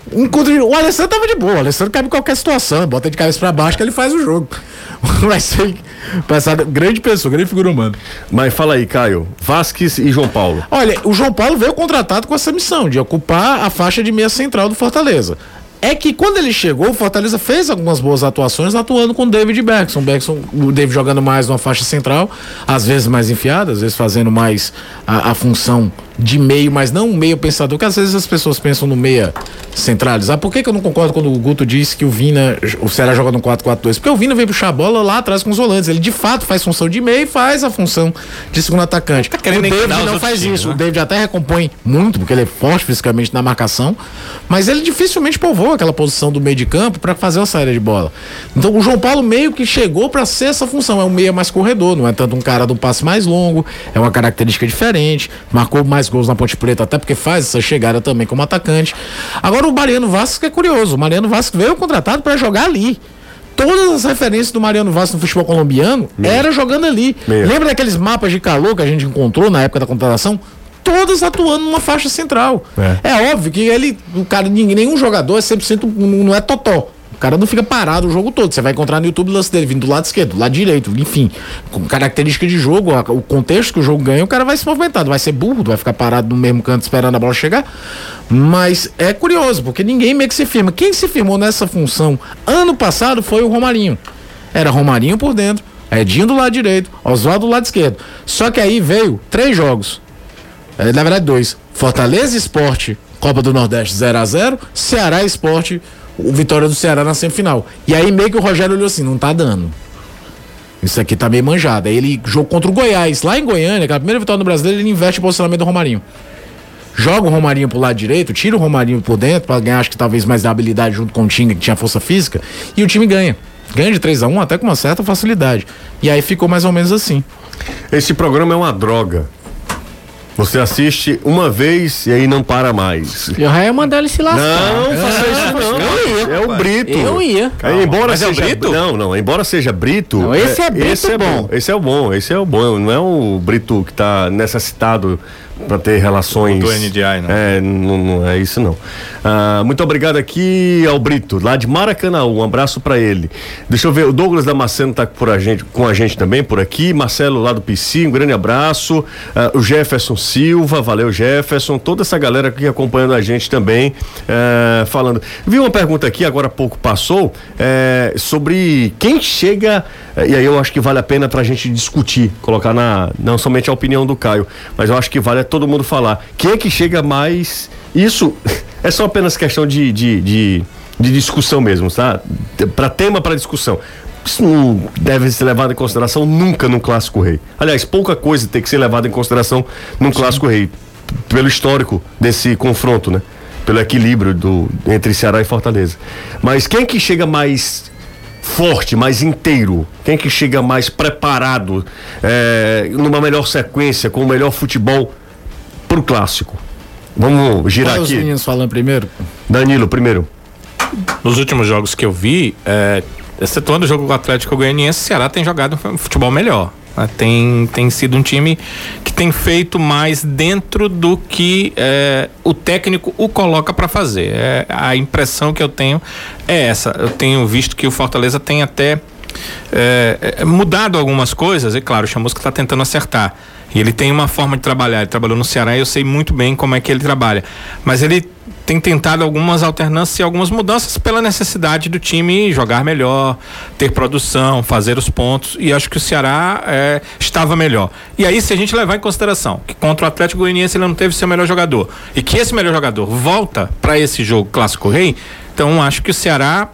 O Alessandro tava de boa. O Alessandro cabe em qualquer situação. Bota de cabeça pra baixo que ele faz o jogo. Vai ser grande pessoa, grande figura humana. Mas fala aí, Caio. Vasquez e João Paulo. Olha, o João Paulo veio contratado com essa missão de ocupar a faixa de meia central do Fortaleza. É que quando ele chegou, o Fortaleza fez algumas boas atuações atuando com o David Bergson. O David jogando mais numa faixa central, às vezes mais enfiado, às vezes fazendo mais a função de meio, mas não um meio pensador, que às vezes as pessoas pensam no meia centralizar. Por que eu não concordo quando o Guto disse que o Ceará joga no 4-4-2? Porque o Vina veio puxar a bola lá atrás com os volantes. Ele de fato faz função de meio e faz a função de segundo atacante. O David não faz isso. Né? O David até recompõe muito, porque ele é forte fisicamente na marcação, mas ele dificilmente povoa aquela posição do meio de campo para fazer uma saída de bola. Então o João Paulo meio que chegou para ser essa função. É um meia mais corredor, não é tanto um cara do passe mais longo, é uma característica diferente, marcou mais gols na Ponte Preta, até porque faz essa chegada também como atacante. Agora o Mariano Vasquez é curioso. O Mariano Vasquez veio contratado para jogar ali. Todas as referências do Mariano Vasquez no futebol colombiano era jogando ali. Lembra daqueles mapas de calor que a gente encontrou na época da contratação? Todas atuando numa faixa central. É óbvio que nenhum jogador é 100%, não é totó. O cara não fica parado o jogo todo. Você vai encontrar no YouTube o lance dele vindo do lado esquerdo, do lado direito, enfim. Com característica de jogo, o contexto que o jogo ganha, o cara vai se movimentar. Vai ser burro, vai ficar parado no mesmo canto esperando a bola chegar. Mas é curioso, porque ninguém meio que se firma. Quem se firmou nessa função ano passado foi o Romarinho. Era Romarinho por dentro, Edinho do lado direito, Oswaldo do lado esquerdo. Só que aí veio 3 jogos. Na verdade 2. Fortaleza Sport, Copa do Nordeste 0-0, Ceará Sport, o Vitória do Ceará na semifinal. E aí meio que o Rogério olhou assim, não tá dando. Isso aqui tá meio manjado. Aí ele jogou contra o Goiás, lá em Goiânia, aquela primeira vitória no Brasileiro, ele inverte o posicionamento do Romarinho. Joga o Romarinho pro lado direito, tira o Romarinho por dentro, pra ganhar, acho que talvez mais da habilidade junto com o Tinga, que tinha força física, e o time ganha. Ganha de 3-1 até com uma certa facilidade. E aí ficou mais ou menos assim. Esse programa é uma droga. Você assiste uma vez e aí não para mais. Eu já ia mandar ele se lascar. Não, faça isso não. Eu ia. É o Brito. Eu ia. Embora mas seja é o Brito? Não, embora seja Brito. Não, esse é Brito bom. Esse é o bom. Esse é o bom. Não é o Brito que tá necessitado para ter relações. Do NDI, não. Não é isso não. Muito obrigado aqui ao Brito, lá de Maracanã. Um abraço para ele. Deixa eu ver, o Douglas Damasceno tá com a gente também por aqui. Marcelo lá do PC, um grande abraço. O Jefferson Silva, valeu Jefferson. Toda essa galera aqui acompanhando a gente também, falando. Vi uma pergunta aqui, agora há pouco passou, sobre quem chega, e aí eu acho que vale a pena pra gente discutir, colocar não somente a opinião do Caio, mas eu acho que vale todo mundo falar. Quem é que chega mais? Isso é só apenas questão de discussão mesmo, tá? Para discussão. Isso não deve ser levado em consideração nunca num Clássico Rei. Aliás, pouca coisa tem que ser levada em consideração num Clássico Rei, pelo histórico desse confronto, né? Pelo equilíbrio entre Ceará e Fortaleza. Mas quem que chega mais forte, mais inteiro? Quem que chega mais preparado, numa melhor sequência, com o melhor futebol pro Clássico? Vamos girar aqui. Os meninos falando primeiro? Danilo, primeiro. Nos últimos jogos que eu vi, excetuando o jogo do Atlético Goianiense, o Ceará tem jogado um futebol melhor. Tem sido um time que tem feito mais dentro do que o técnico o coloca para fazer. A impressão que eu tenho é essa. Eu tenho visto que o Fortaleza tem até mudado algumas coisas, e claro, o Chamusca está tentando acertar. E ele tem uma forma de trabalhar. Ele trabalhou no Ceará e eu sei muito bem como é que ele trabalha. Mas ele tem tentado algumas alternâncias e algumas mudanças pela necessidade do time jogar melhor, ter produção, fazer os pontos. E acho que o Ceará estava melhor. E aí, se a gente levar em consideração que contra o Atlético Goianiense ele não teve seu melhor jogador e que esse melhor jogador volta para esse jogo Clássico Rei, então acho que o Ceará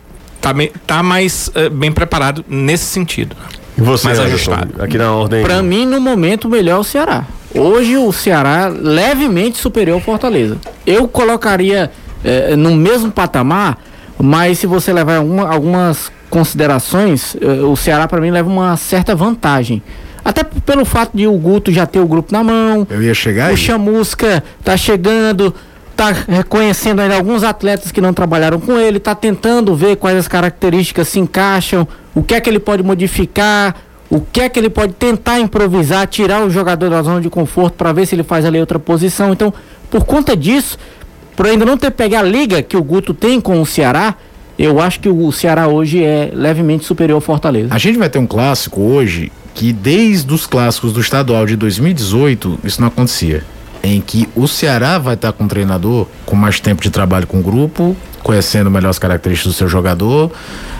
tá mais bem preparado nesse sentido. E você, mais ajustado. Aqui na ordem. Pra mim, no momento, o melhor é o Ceará. Hoje o Ceará levemente superior ao Fortaleza. Eu colocaria no mesmo patamar, mas se você levar algumas considerações, o Ceará para mim leva uma certa vantagem. Até pelo fato de o Guto já ter o grupo na mão. Eu ia chegar aí. O Chamusca tá chegando, tá reconhecendo ainda alguns atletas que não trabalharam com ele, tá tentando ver quais as características se encaixam, o que é que ele pode modificar, o que é que ele pode tentar improvisar, tirar o jogador da zona de conforto para ver se ele faz ali outra posição. Então, por conta disso, por ainda não ter pego a liga que o Guto tem com o Ceará, eu acho que o Ceará hoje é levemente superior ao Fortaleza. A gente vai ter um clássico hoje que desde os clássicos do estadual de 2018 isso não acontecia, em que o Ceará vai estar com um treinador com mais tempo de trabalho com o grupo, conhecendo melhor as características do seu jogador,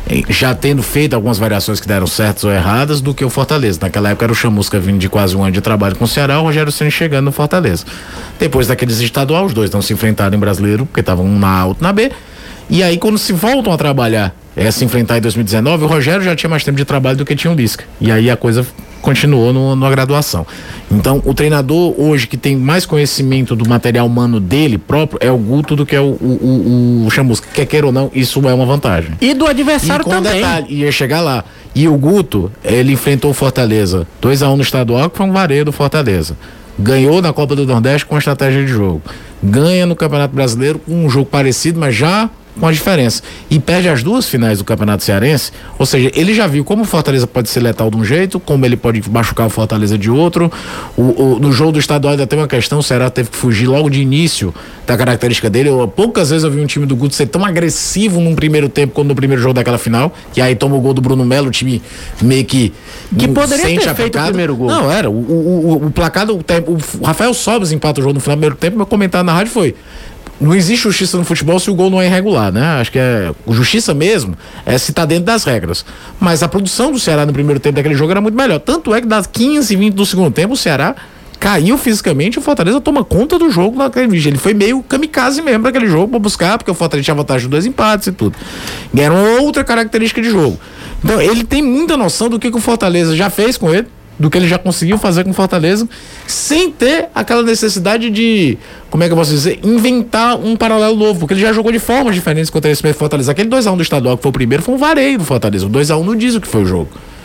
já tendo feito algumas variações que deram certas ou erradas, do que o Fortaleza. Naquela época era o Chamusca vindo de quase um ano de trabalho com o Ceará, o Rogério Ceni chegando no Fortaleza. Depois daqueles estaduais, os dois não se enfrentaram em Brasileiro, porque estavam um na A, outro na B, e aí quando se voltam a trabalhar, se enfrentar em 2019, o Rogério já tinha mais tempo de trabalho do que tinha o Lisca, e aí a coisa continuou na graduação. Então, o treinador hoje que tem mais conhecimento do material humano dele próprio é o Guto do que é o Chamusca. Quer queira ou não, isso é uma vantagem. E do adversário também. Detalhe, ia chegar lá. E o Guto, ele enfrentou o Fortaleza 2-1 no estadual, que foi um vareio do Fortaleza. Ganhou na Copa do Nordeste com a estratégia de jogo. Ganha no Campeonato Brasileiro com um jogo parecido, mas já com a diferença. E perde as duas finais do Campeonato Cearense, ou seja, ele já viu como o Fortaleza pode ser letal de um jeito, como ele pode machucar o Fortaleza de outro. No jogo do estadual ainda tem uma questão, o Ceará teve que fugir logo de início da característica dele. Poucas vezes eu vi um time do Guto ser tão agressivo num primeiro tempo quanto no primeiro jogo daquela final, e aí toma o gol do Bruno Melo, o time meio que poderia ter feito o primeiro gol. Não, era, o placar do tempo, o Rafael Sobres empata o jogo no final do primeiro tempo, meu comentário na rádio foi: não existe justiça no futebol se o gol não é irregular, né? Acho que justiça mesmo se tá dentro das regras. Mas a produção do Ceará no primeiro tempo daquele jogo era muito melhor. Tanto é que das 15 e 20 do segundo tempo, o Ceará caiu fisicamente e o Fortaleza toma conta do jogo naquele vídeo. Ele foi meio kamikaze mesmo naquele jogo pra buscar, porque o Fortaleza tinha vantagem de 2 empates e tudo. Ganharam outra característica de jogo. Então ele tem muita noção do que o Fortaleza já fez com ele, do que ele já conseguiu fazer com o Fortaleza, sem ter aquela necessidade de, como é que eu posso dizer, inventar um paralelo novo, porque ele já jogou de formas diferentes contra esse mesmo Fortaleza. Aquele 2-1 do estadual que foi o primeiro foi um vareio do Fortaleza. O 2-1 não diz o que foi o jogo,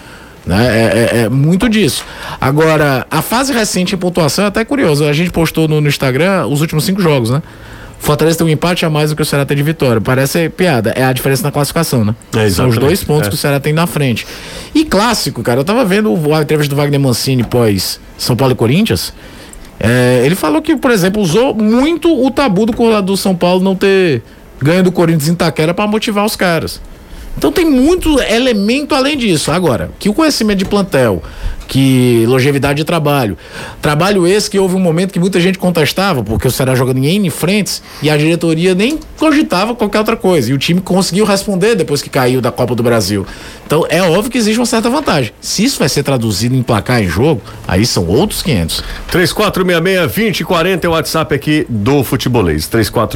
né? É muito disso. Agora, a fase recente em pontuação é até curiosa. A gente postou no Instagram os últimos 5 jogos, né? O Fortaleza tem um empate a mais do que o Ceará tem de vitória. Parece piada, é a diferença na classificação, né? São os 2 pontos que o Ceará tem na frente. E clássico, cara, eu tava vendo a entrevista do Wagner Mancini pós São Paulo e Corinthians. Ele falou que, por exemplo, usou muito o tabu do São Paulo não ter ganho do Corinthians em Itaquera para motivar os caras. Então tem muito elemento além disso. Agora, que o conhecimento de plantel, que longevidade de trabalho esse que houve um momento que muita gente contestava, porque o Ceará jogando em N frentes e a diretoria nem cogitava qualquer outra coisa, e o time conseguiu responder depois que caiu da Copa do Brasil. Então é óbvio que existe uma certa vantagem. Se isso vai ser traduzido em placar em jogo, aí são outros 500. 3466-2040 é o WhatsApp aqui do Futebolês.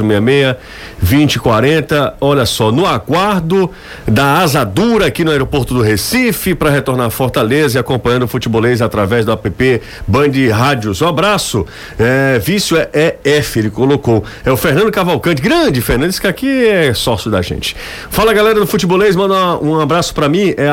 3466-2040. Olha só, no aguardo da asa dura aqui no aeroporto do Recife para retornar a Fortaleza e acompanhando o Futebolês através do app Band Rádios. Um abraço. Vício é F, ele colocou. É o Fernando Cavalcante, grande Fernando, esse que aqui é sócio da gente. Fala, galera do Futebolês, manda um abraço para mim. É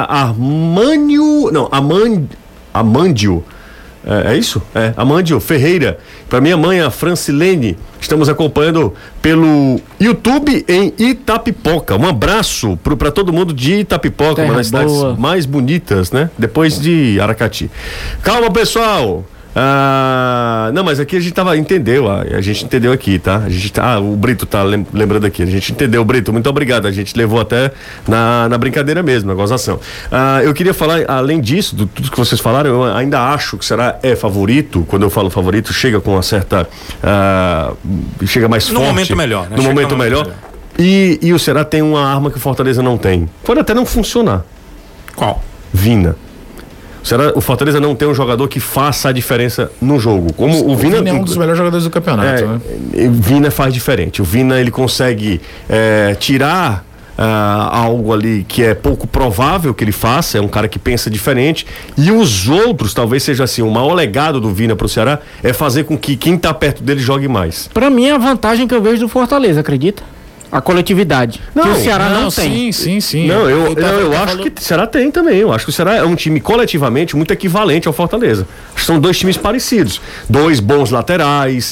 Amândio. É isso? Amândio Ferreira. Para minha mãe, a Francilene. Estamos acompanhando pelo YouTube em Itapipoca. Um abraço para todo mundo de Itapipoca, uma das cidades mais bonitas, né? Depois de Aracati. Calma, pessoal. Não, mas aqui a gente entendeu aqui, tá? O Brito tá lembrando aqui, a gente entendeu, Brito, muito obrigado, a gente levou até na brincadeira mesmo, na gozação. Eu queria falar, além disso, de tudo que vocês falaram, eu ainda acho que o Ceará é favorito. Quando eu falo favorito, chega com uma certa, chega mais forte. No momento melhor, né? No momento melhor. E o Ceará tem uma arma que o Fortaleza não tem. Pode até não funcionar. Qual? Vina. O Fortaleza não tem um jogador que faça a diferença no jogo. Como o Vina é um dos melhores jogadores do campeonato, né? O Vina faz diferente. O Vina, ele consegue tirar algo ali que é pouco provável que ele faça. É um cara que pensa diferente. E os outros, talvez seja assim, o maior legado do Vina pro Ceará é fazer com que quem tá perto dele jogue mais. Pra mim, é a vantagem que eu vejo do Fortaleza, acredita? A coletividade. Que o Ceará não tem. Sim. Não, eu acho que o Ceará tem também. Eu acho que o Ceará é um time coletivamente muito equivalente ao Fortaleza. São dois times parecidos. 2 bons laterais,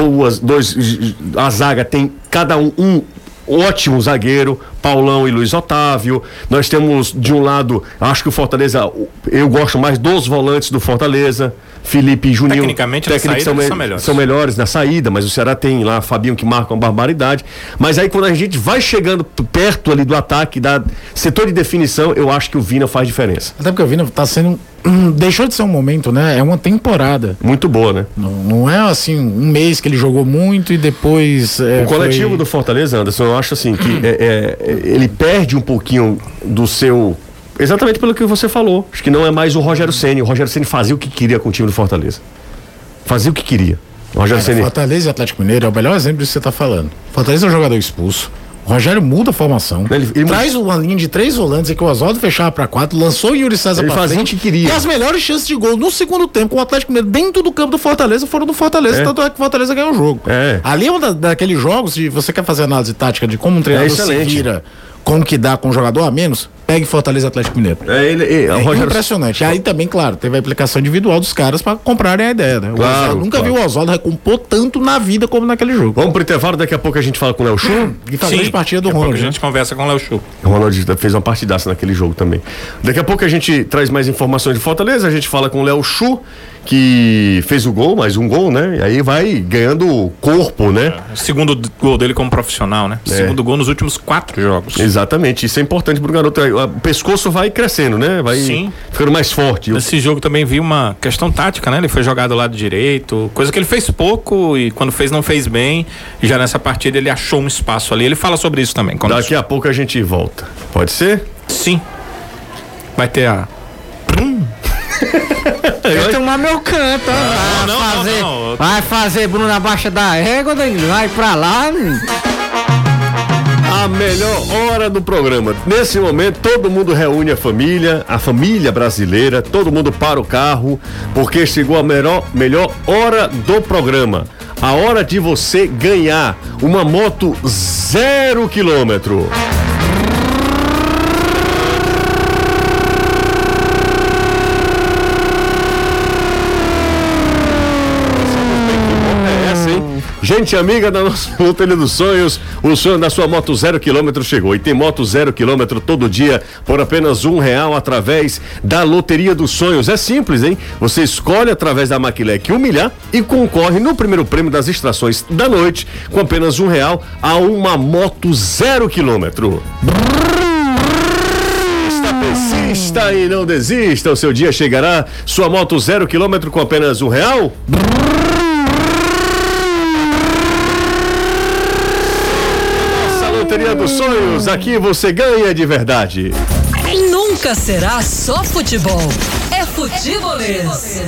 a zaga tem cada um ótimo zagueiro, Paulão e Luiz Otávio. Nós temos de um lado, acho que o Fortaleza, eu gosto mais dos volantes do Fortaleza, Felipe e Juninho. Tecnicamente são melhores na saída, mas o Ceará tem lá Fabinho que marca uma barbaridade. Mas aí quando a gente vai chegando perto ali do ataque, da setor de definição, eu acho que o Vina faz diferença. Até porque o Vina tá sendo deixou de ser um momento, né? É uma temporada. Muito boa, né? Não é assim, um mês que ele jogou muito e depois... o coletivo do Fortaleza, Anderson, eu acho assim que ele perde um pouquinho do seu... Exatamente pelo que você falou. Acho que não é mais o Rogério Ceni. O Rogério Ceni fazia o que queria com o time do Fortaleza. Fazia o que queria. O Rogério Ceni... Fortaleza e Atlético Mineiro é o melhor exemplo disso que você está falando. Fortaleza é um jogador expulso. O Rogério muda a formação. Ele traz uma linha de 3 volantes e que o Oswaldo fechava para 4, lançou o Yuri César para frente. O que queria. E as melhores chances de gol no segundo tempo com o Atlético Mineiro dentro do campo do Fortaleza foram do Fortaleza. Tanto é que o Fortaleza ganhou o jogo. Ali é um daqueles jogos, se você quer fazer análise tática de como um treinador se vira com o que dá com um jogador a menos, pegue Fortaleza Atlético Mineiro. Impressionante. Aí também, claro, teve a implicação individual dos caras para comprarem a ideia, né? Claro, nunca viu o Oswaldo recompor tanto na vida como naquele jogo. Vamos pro intervalo, daqui a pouco a gente fala com o Léo Chu. E faz grande partida do Ronald. A gente conversa com o Léo Chu. O Ronald fez uma partidaça naquele jogo também. Daqui a pouco a gente traz mais informações de Fortaleza, a gente fala com o Léo Chu, que fez o gol, mais um gol, né? E aí vai ganhando corpo, né? Segundo gol dele como profissional, né? Segundo gol nos últimos 4 jogos. Exatamente, isso é importante pro garoto. O pescoço vai crescendo, né? Vai ficando mais forte. Nesse jogo também vi uma questão tática, né? Ele foi jogado do lado direito, coisa que ele fez pouco e quando fez não fez bem. E já nessa partida ele achou um espaço ali. Ele fala sobre isso também. Daqui a pouco a gente volta. Pode ser? Sim. Vai ter a... Vai tomar meu canto, ó. Vai fazer Bruno na baixa da régua, vai pra lá. A melhor hora do programa. Nesse momento, todo mundo reúne a família brasileira, todo mundo para o carro, porque chegou a melhor hora do programa. A hora de você ganhar uma moto 0 km. Gente amiga da nossa Loteria dos Sonhos, o sonho da sua moto 0 km chegou. E tem moto 0 km todo dia por apenas R$1 através da Loteria dos Sonhos. É simples, hein? Você escolhe através da Maquilec 1 milhar e concorre no primeiro prêmio das extrações da noite com apenas R$1 a uma moto 0 km. Persista e não desista, o seu dia chegará. Sua moto 0 km com apenas R$1. Loteria dos Sonhos, aqui você ganha de verdade. Nunca será só futebol, é futebolês.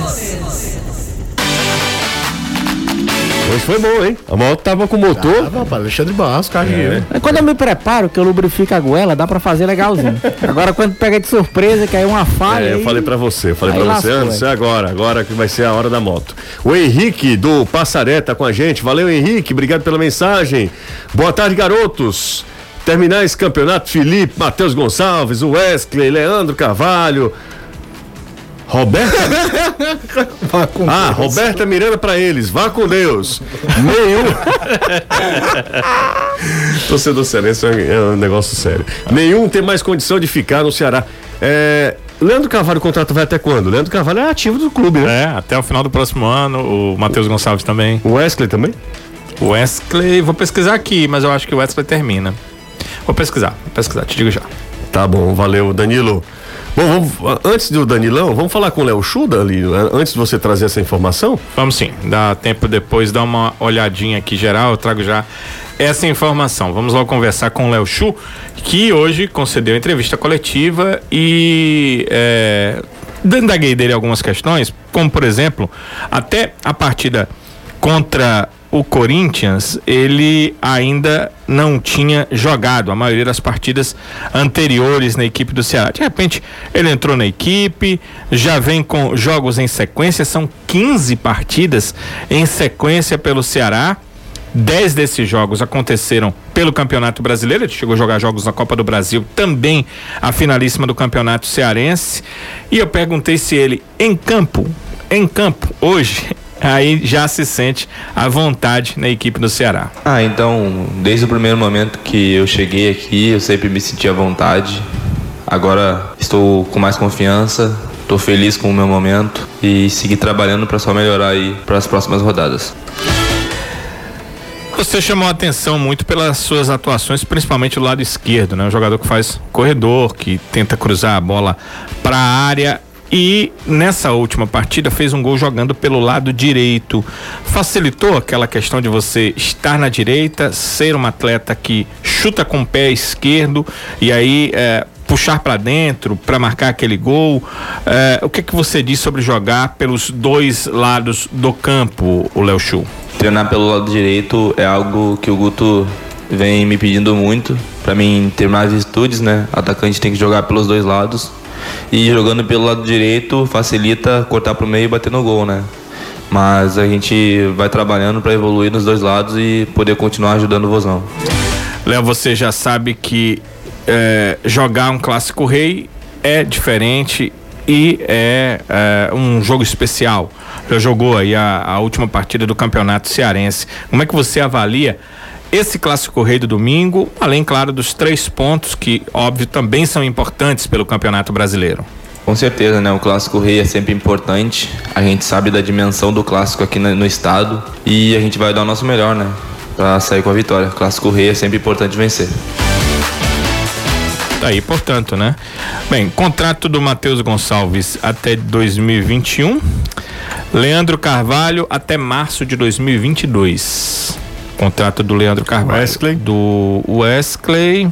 Hoje foi bom, hein? A moto tava com motor. Alexandre Barros, carrinho. Quando eu me preparo, que eu lubrifico a goela, dá pra fazer legalzinho. Agora quando pega de surpresa, que aí uma falha. Eu falei pra você, Anderson, agora que vai ser a hora da moto. O Henrique do Passaré tá com a gente. Valeu, Henrique, obrigado pela mensagem. Boa tarde, garotos. Terminar esse campeonato, Felipe, Matheus Gonçalves, o Wesley, Leandro Carvalho. Roberta Miranda pra eles, vá com Deus. Torcedor cearense é um negócio sério. Nenhum tem mais condição de ficar no Ceará. Leandro Carvalho, o contrato vai até quando? Leandro Carvalho é ativo do clube, né? Até o final do próximo ano. O Matheus Gonçalves também. O Wesley também? O Wesley, vou pesquisar aqui, mas eu acho que o Wesley termina. Vou pesquisar, te digo já. Tá bom, valeu, Danilo. Bom, antes do Danilão, vamos falar com o Léo Chuda ali, antes de você trazer essa informação? Vamos sim, dá tempo depois, dá uma olhadinha aqui geral, eu trago já essa informação. Vamos logo conversar com o Léo Chu, que hoje concedeu entrevista coletiva e indaguei dele algumas questões, como por exemplo, até a partida contra o Corinthians, ele ainda não tinha jogado a maioria das partidas anteriores na equipe do Ceará. De repente, ele entrou na equipe, já vem com jogos em sequência, são 15 partidas em sequência pelo Ceará. 10 desses jogos aconteceram pelo Campeonato Brasileiro, ele chegou a jogar jogos na Copa do Brasil, também a finalíssima do Campeonato Cearense. E eu perguntei se ele, em campo, hoje, aí já se sente à vontade na equipe do Ceará. Então, desde o primeiro momento que eu cheguei aqui, eu sempre me senti à vontade. Agora estou com mais confiança, estou feliz com o meu momento e seguir trabalhando para só melhorar aí para as próximas rodadas. Você chamou a atenção muito pelas suas atuações, principalmente do lado esquerdo, né? Um jogador que faz corredor, que tenta cruzar a bola para a área. E nessa última partida fez um gol jogando pelo lado direito. Facilitou aquela questão de você estar na direita, ser um atleta que chuta com o pé esquerdo e aí puxar para dentro para marcar aquele gol. O que você diz sobre jogar pelos dois lados do campo, o Léo Chu? Treinar pelo lado direito é algo que o Guto vem me pedindo muito para mim ter mais virtudes, né? O atacante tem que jogar pelos dois lados. E jogando pelo lado direito facilita cortar pro meio e bater no gol, né? Mas a gente vai trabalhando para evoluir nos dois lados e poder continuar ajudando o Vozão. Léo, você já sabe que jogar um Clássico Rei é diferente e é um jogo especial. Já jogou aí a última partida do Campeonato Cearense. Como é que você avalia esse Clássico Rei do domingo, além, claro, dos 3 pontos que, óbvio, também são importantes pelo Campeonato Brasileiro? Com certeza, né? O Clássico Rei é sempre importante. A gente sabe da dimensão do Clássico aqui no estado e a gente vai dar o nosso melhor, né? Pra sair com a vitória. Clássico Rei é sempre importante vencer. Tá aí, portanto, né? Bem, contrato do Matheus Gonçalves até 2021. Leandro Carvalho até março de 2022. Contrato do Leandro Carvalho. Wesley. Do Wesley.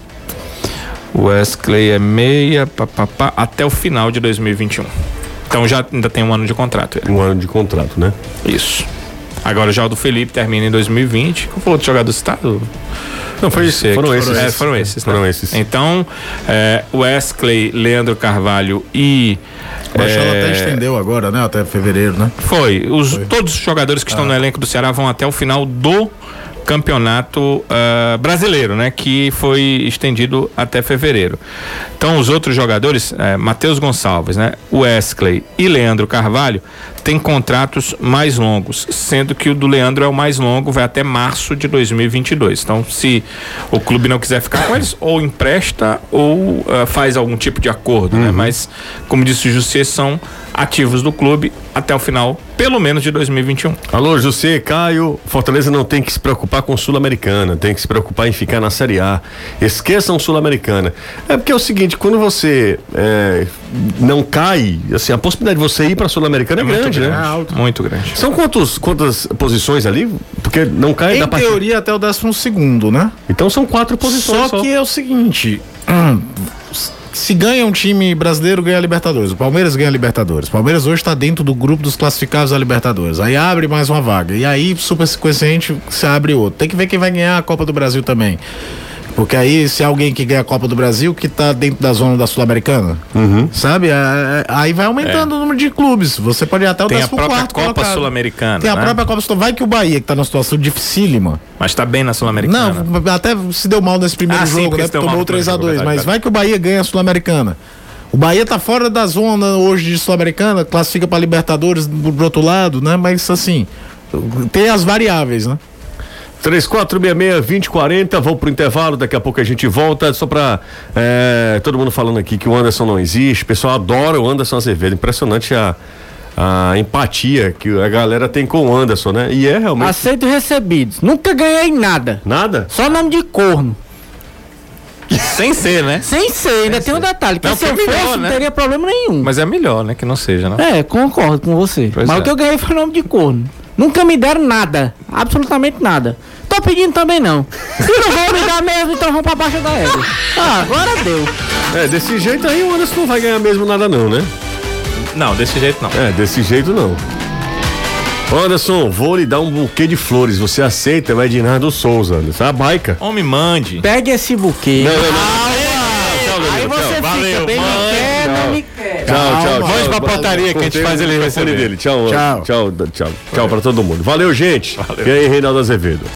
Wesley é meia, até o final de 2021. Então já ainda tem um ano de contrato. Um ano de contrato, né? Isso. Agora já o do Felipe termina em 2020. Qual foi o outro jogador citado? Não, foram esses. Foram esses, né? Foram esses. Então, Wesley, Leandro Carvalho e... O Marcelo até estendeu agora, né? Até fevereiro, né? Foi. Todos os jogadores que estão no elenco do Ceará vão até o final do Campeonato Brasileiro, né? Que foi estendido até fevereiro. Então, os outros jogadores, Matheus Gonçalves, né? Wesley e Leandro Carvalho têm contratos mais longos, sendo que o do Leandro é o mais longo, vai até março de 2022. Então, se o clube não quiser ficar com eles, ou empresta ou faz algum tipo de acordo, né? Mas, como disse o Jussier, são ativos do clube até o final, pelo menos, de 2021. Alô, Jussier, Caio, Fortaleza não tem que se preocupar com Sul-Americana, tem que se preocupar em ficar na Série A. Esqueçam Sul-Americana. É porque é o seguinte, quando você não cai, assim, a possibilidade de você ir pra Sul-Americana é grande, né? Muito grande. São quantas posições ali? Porque não cai da Em teoria até o 12º, né? Então são 4 posições só. Que é o seguinte, se ganha um time brasileiro, ganha a Libertadores. O Palmeiras ganha a Libertadores. O Palmeiras hoje está dentro do grupo dos classificados da Libertadores. Aí abre mais uma vaga. E aí, super sequenciente, se abre outro. Tem que ver quem vai ganhar a Copa do Brasil também. Porque aí, se alguém que ganha a Copa do Brasil, que tá dentro da zona da Sul-Americana, sabe? Aí vai aumentando o número de clubes. Você pode ir até o 14º. Tem a própria Copa Sul-Americana. Tem a própria Copa Sul-Americana. Vai que o Bahia, que tá numa situação dificílima. Mas tá bem na Sul-Americana. Não, até se deu mal nesse primeiro jogo, né? Tomou 3-2. Mas vai que o Bahia ganha a Sul-Americana. O Bahia tá fora da zona hoje de Sul-Americana, classifica pra Libertadores do outro lado, né? Mas assim, tem as variáveis, né? 3466-2040, vou pro intervalo, daqui a pouco a gente volta, só pra todo mundo falando aqui que o Anderson não existe, o pessoal adora o Anderson Azevedo, impressionante a empatia que a galera tem com o Anderson, né? E é realmente... Aceito recebidos, nunca ganhei nada. Nada? Só nome de corno. Sem ser, né? Sem ser, ainda tem um detalhe, que Não, se eu melhor, fosse, né? não teria problema nenhum. Mas é melhor, né? Que não seja, né? Concordo com você. Pois Mas é. o que eu ganhei foi nome de corno. Nunca me deram nada, absolutamente nada. Tô pedindo também não. Se não vão me dar mesmo, então vão pra baixo da égua. Agora deu. Desse jeito aí o Anderson não vai ganhar mesmo nada não, né? Não, desse jeito não. Desse jeito não. Anderson, vou lhe dar um buquê de flores. Você aceita? Vai de Ednardo Souza, Anderson. A baica. Homem, mande. Pegue esse buquê. Aí você fica valeu, bem, não me quer. Tchau. Vamos pra portaria que a gente faz ele receber. Tchau pra todo mundo. Valeu, gente. E aí, Reinaldo Azevedo.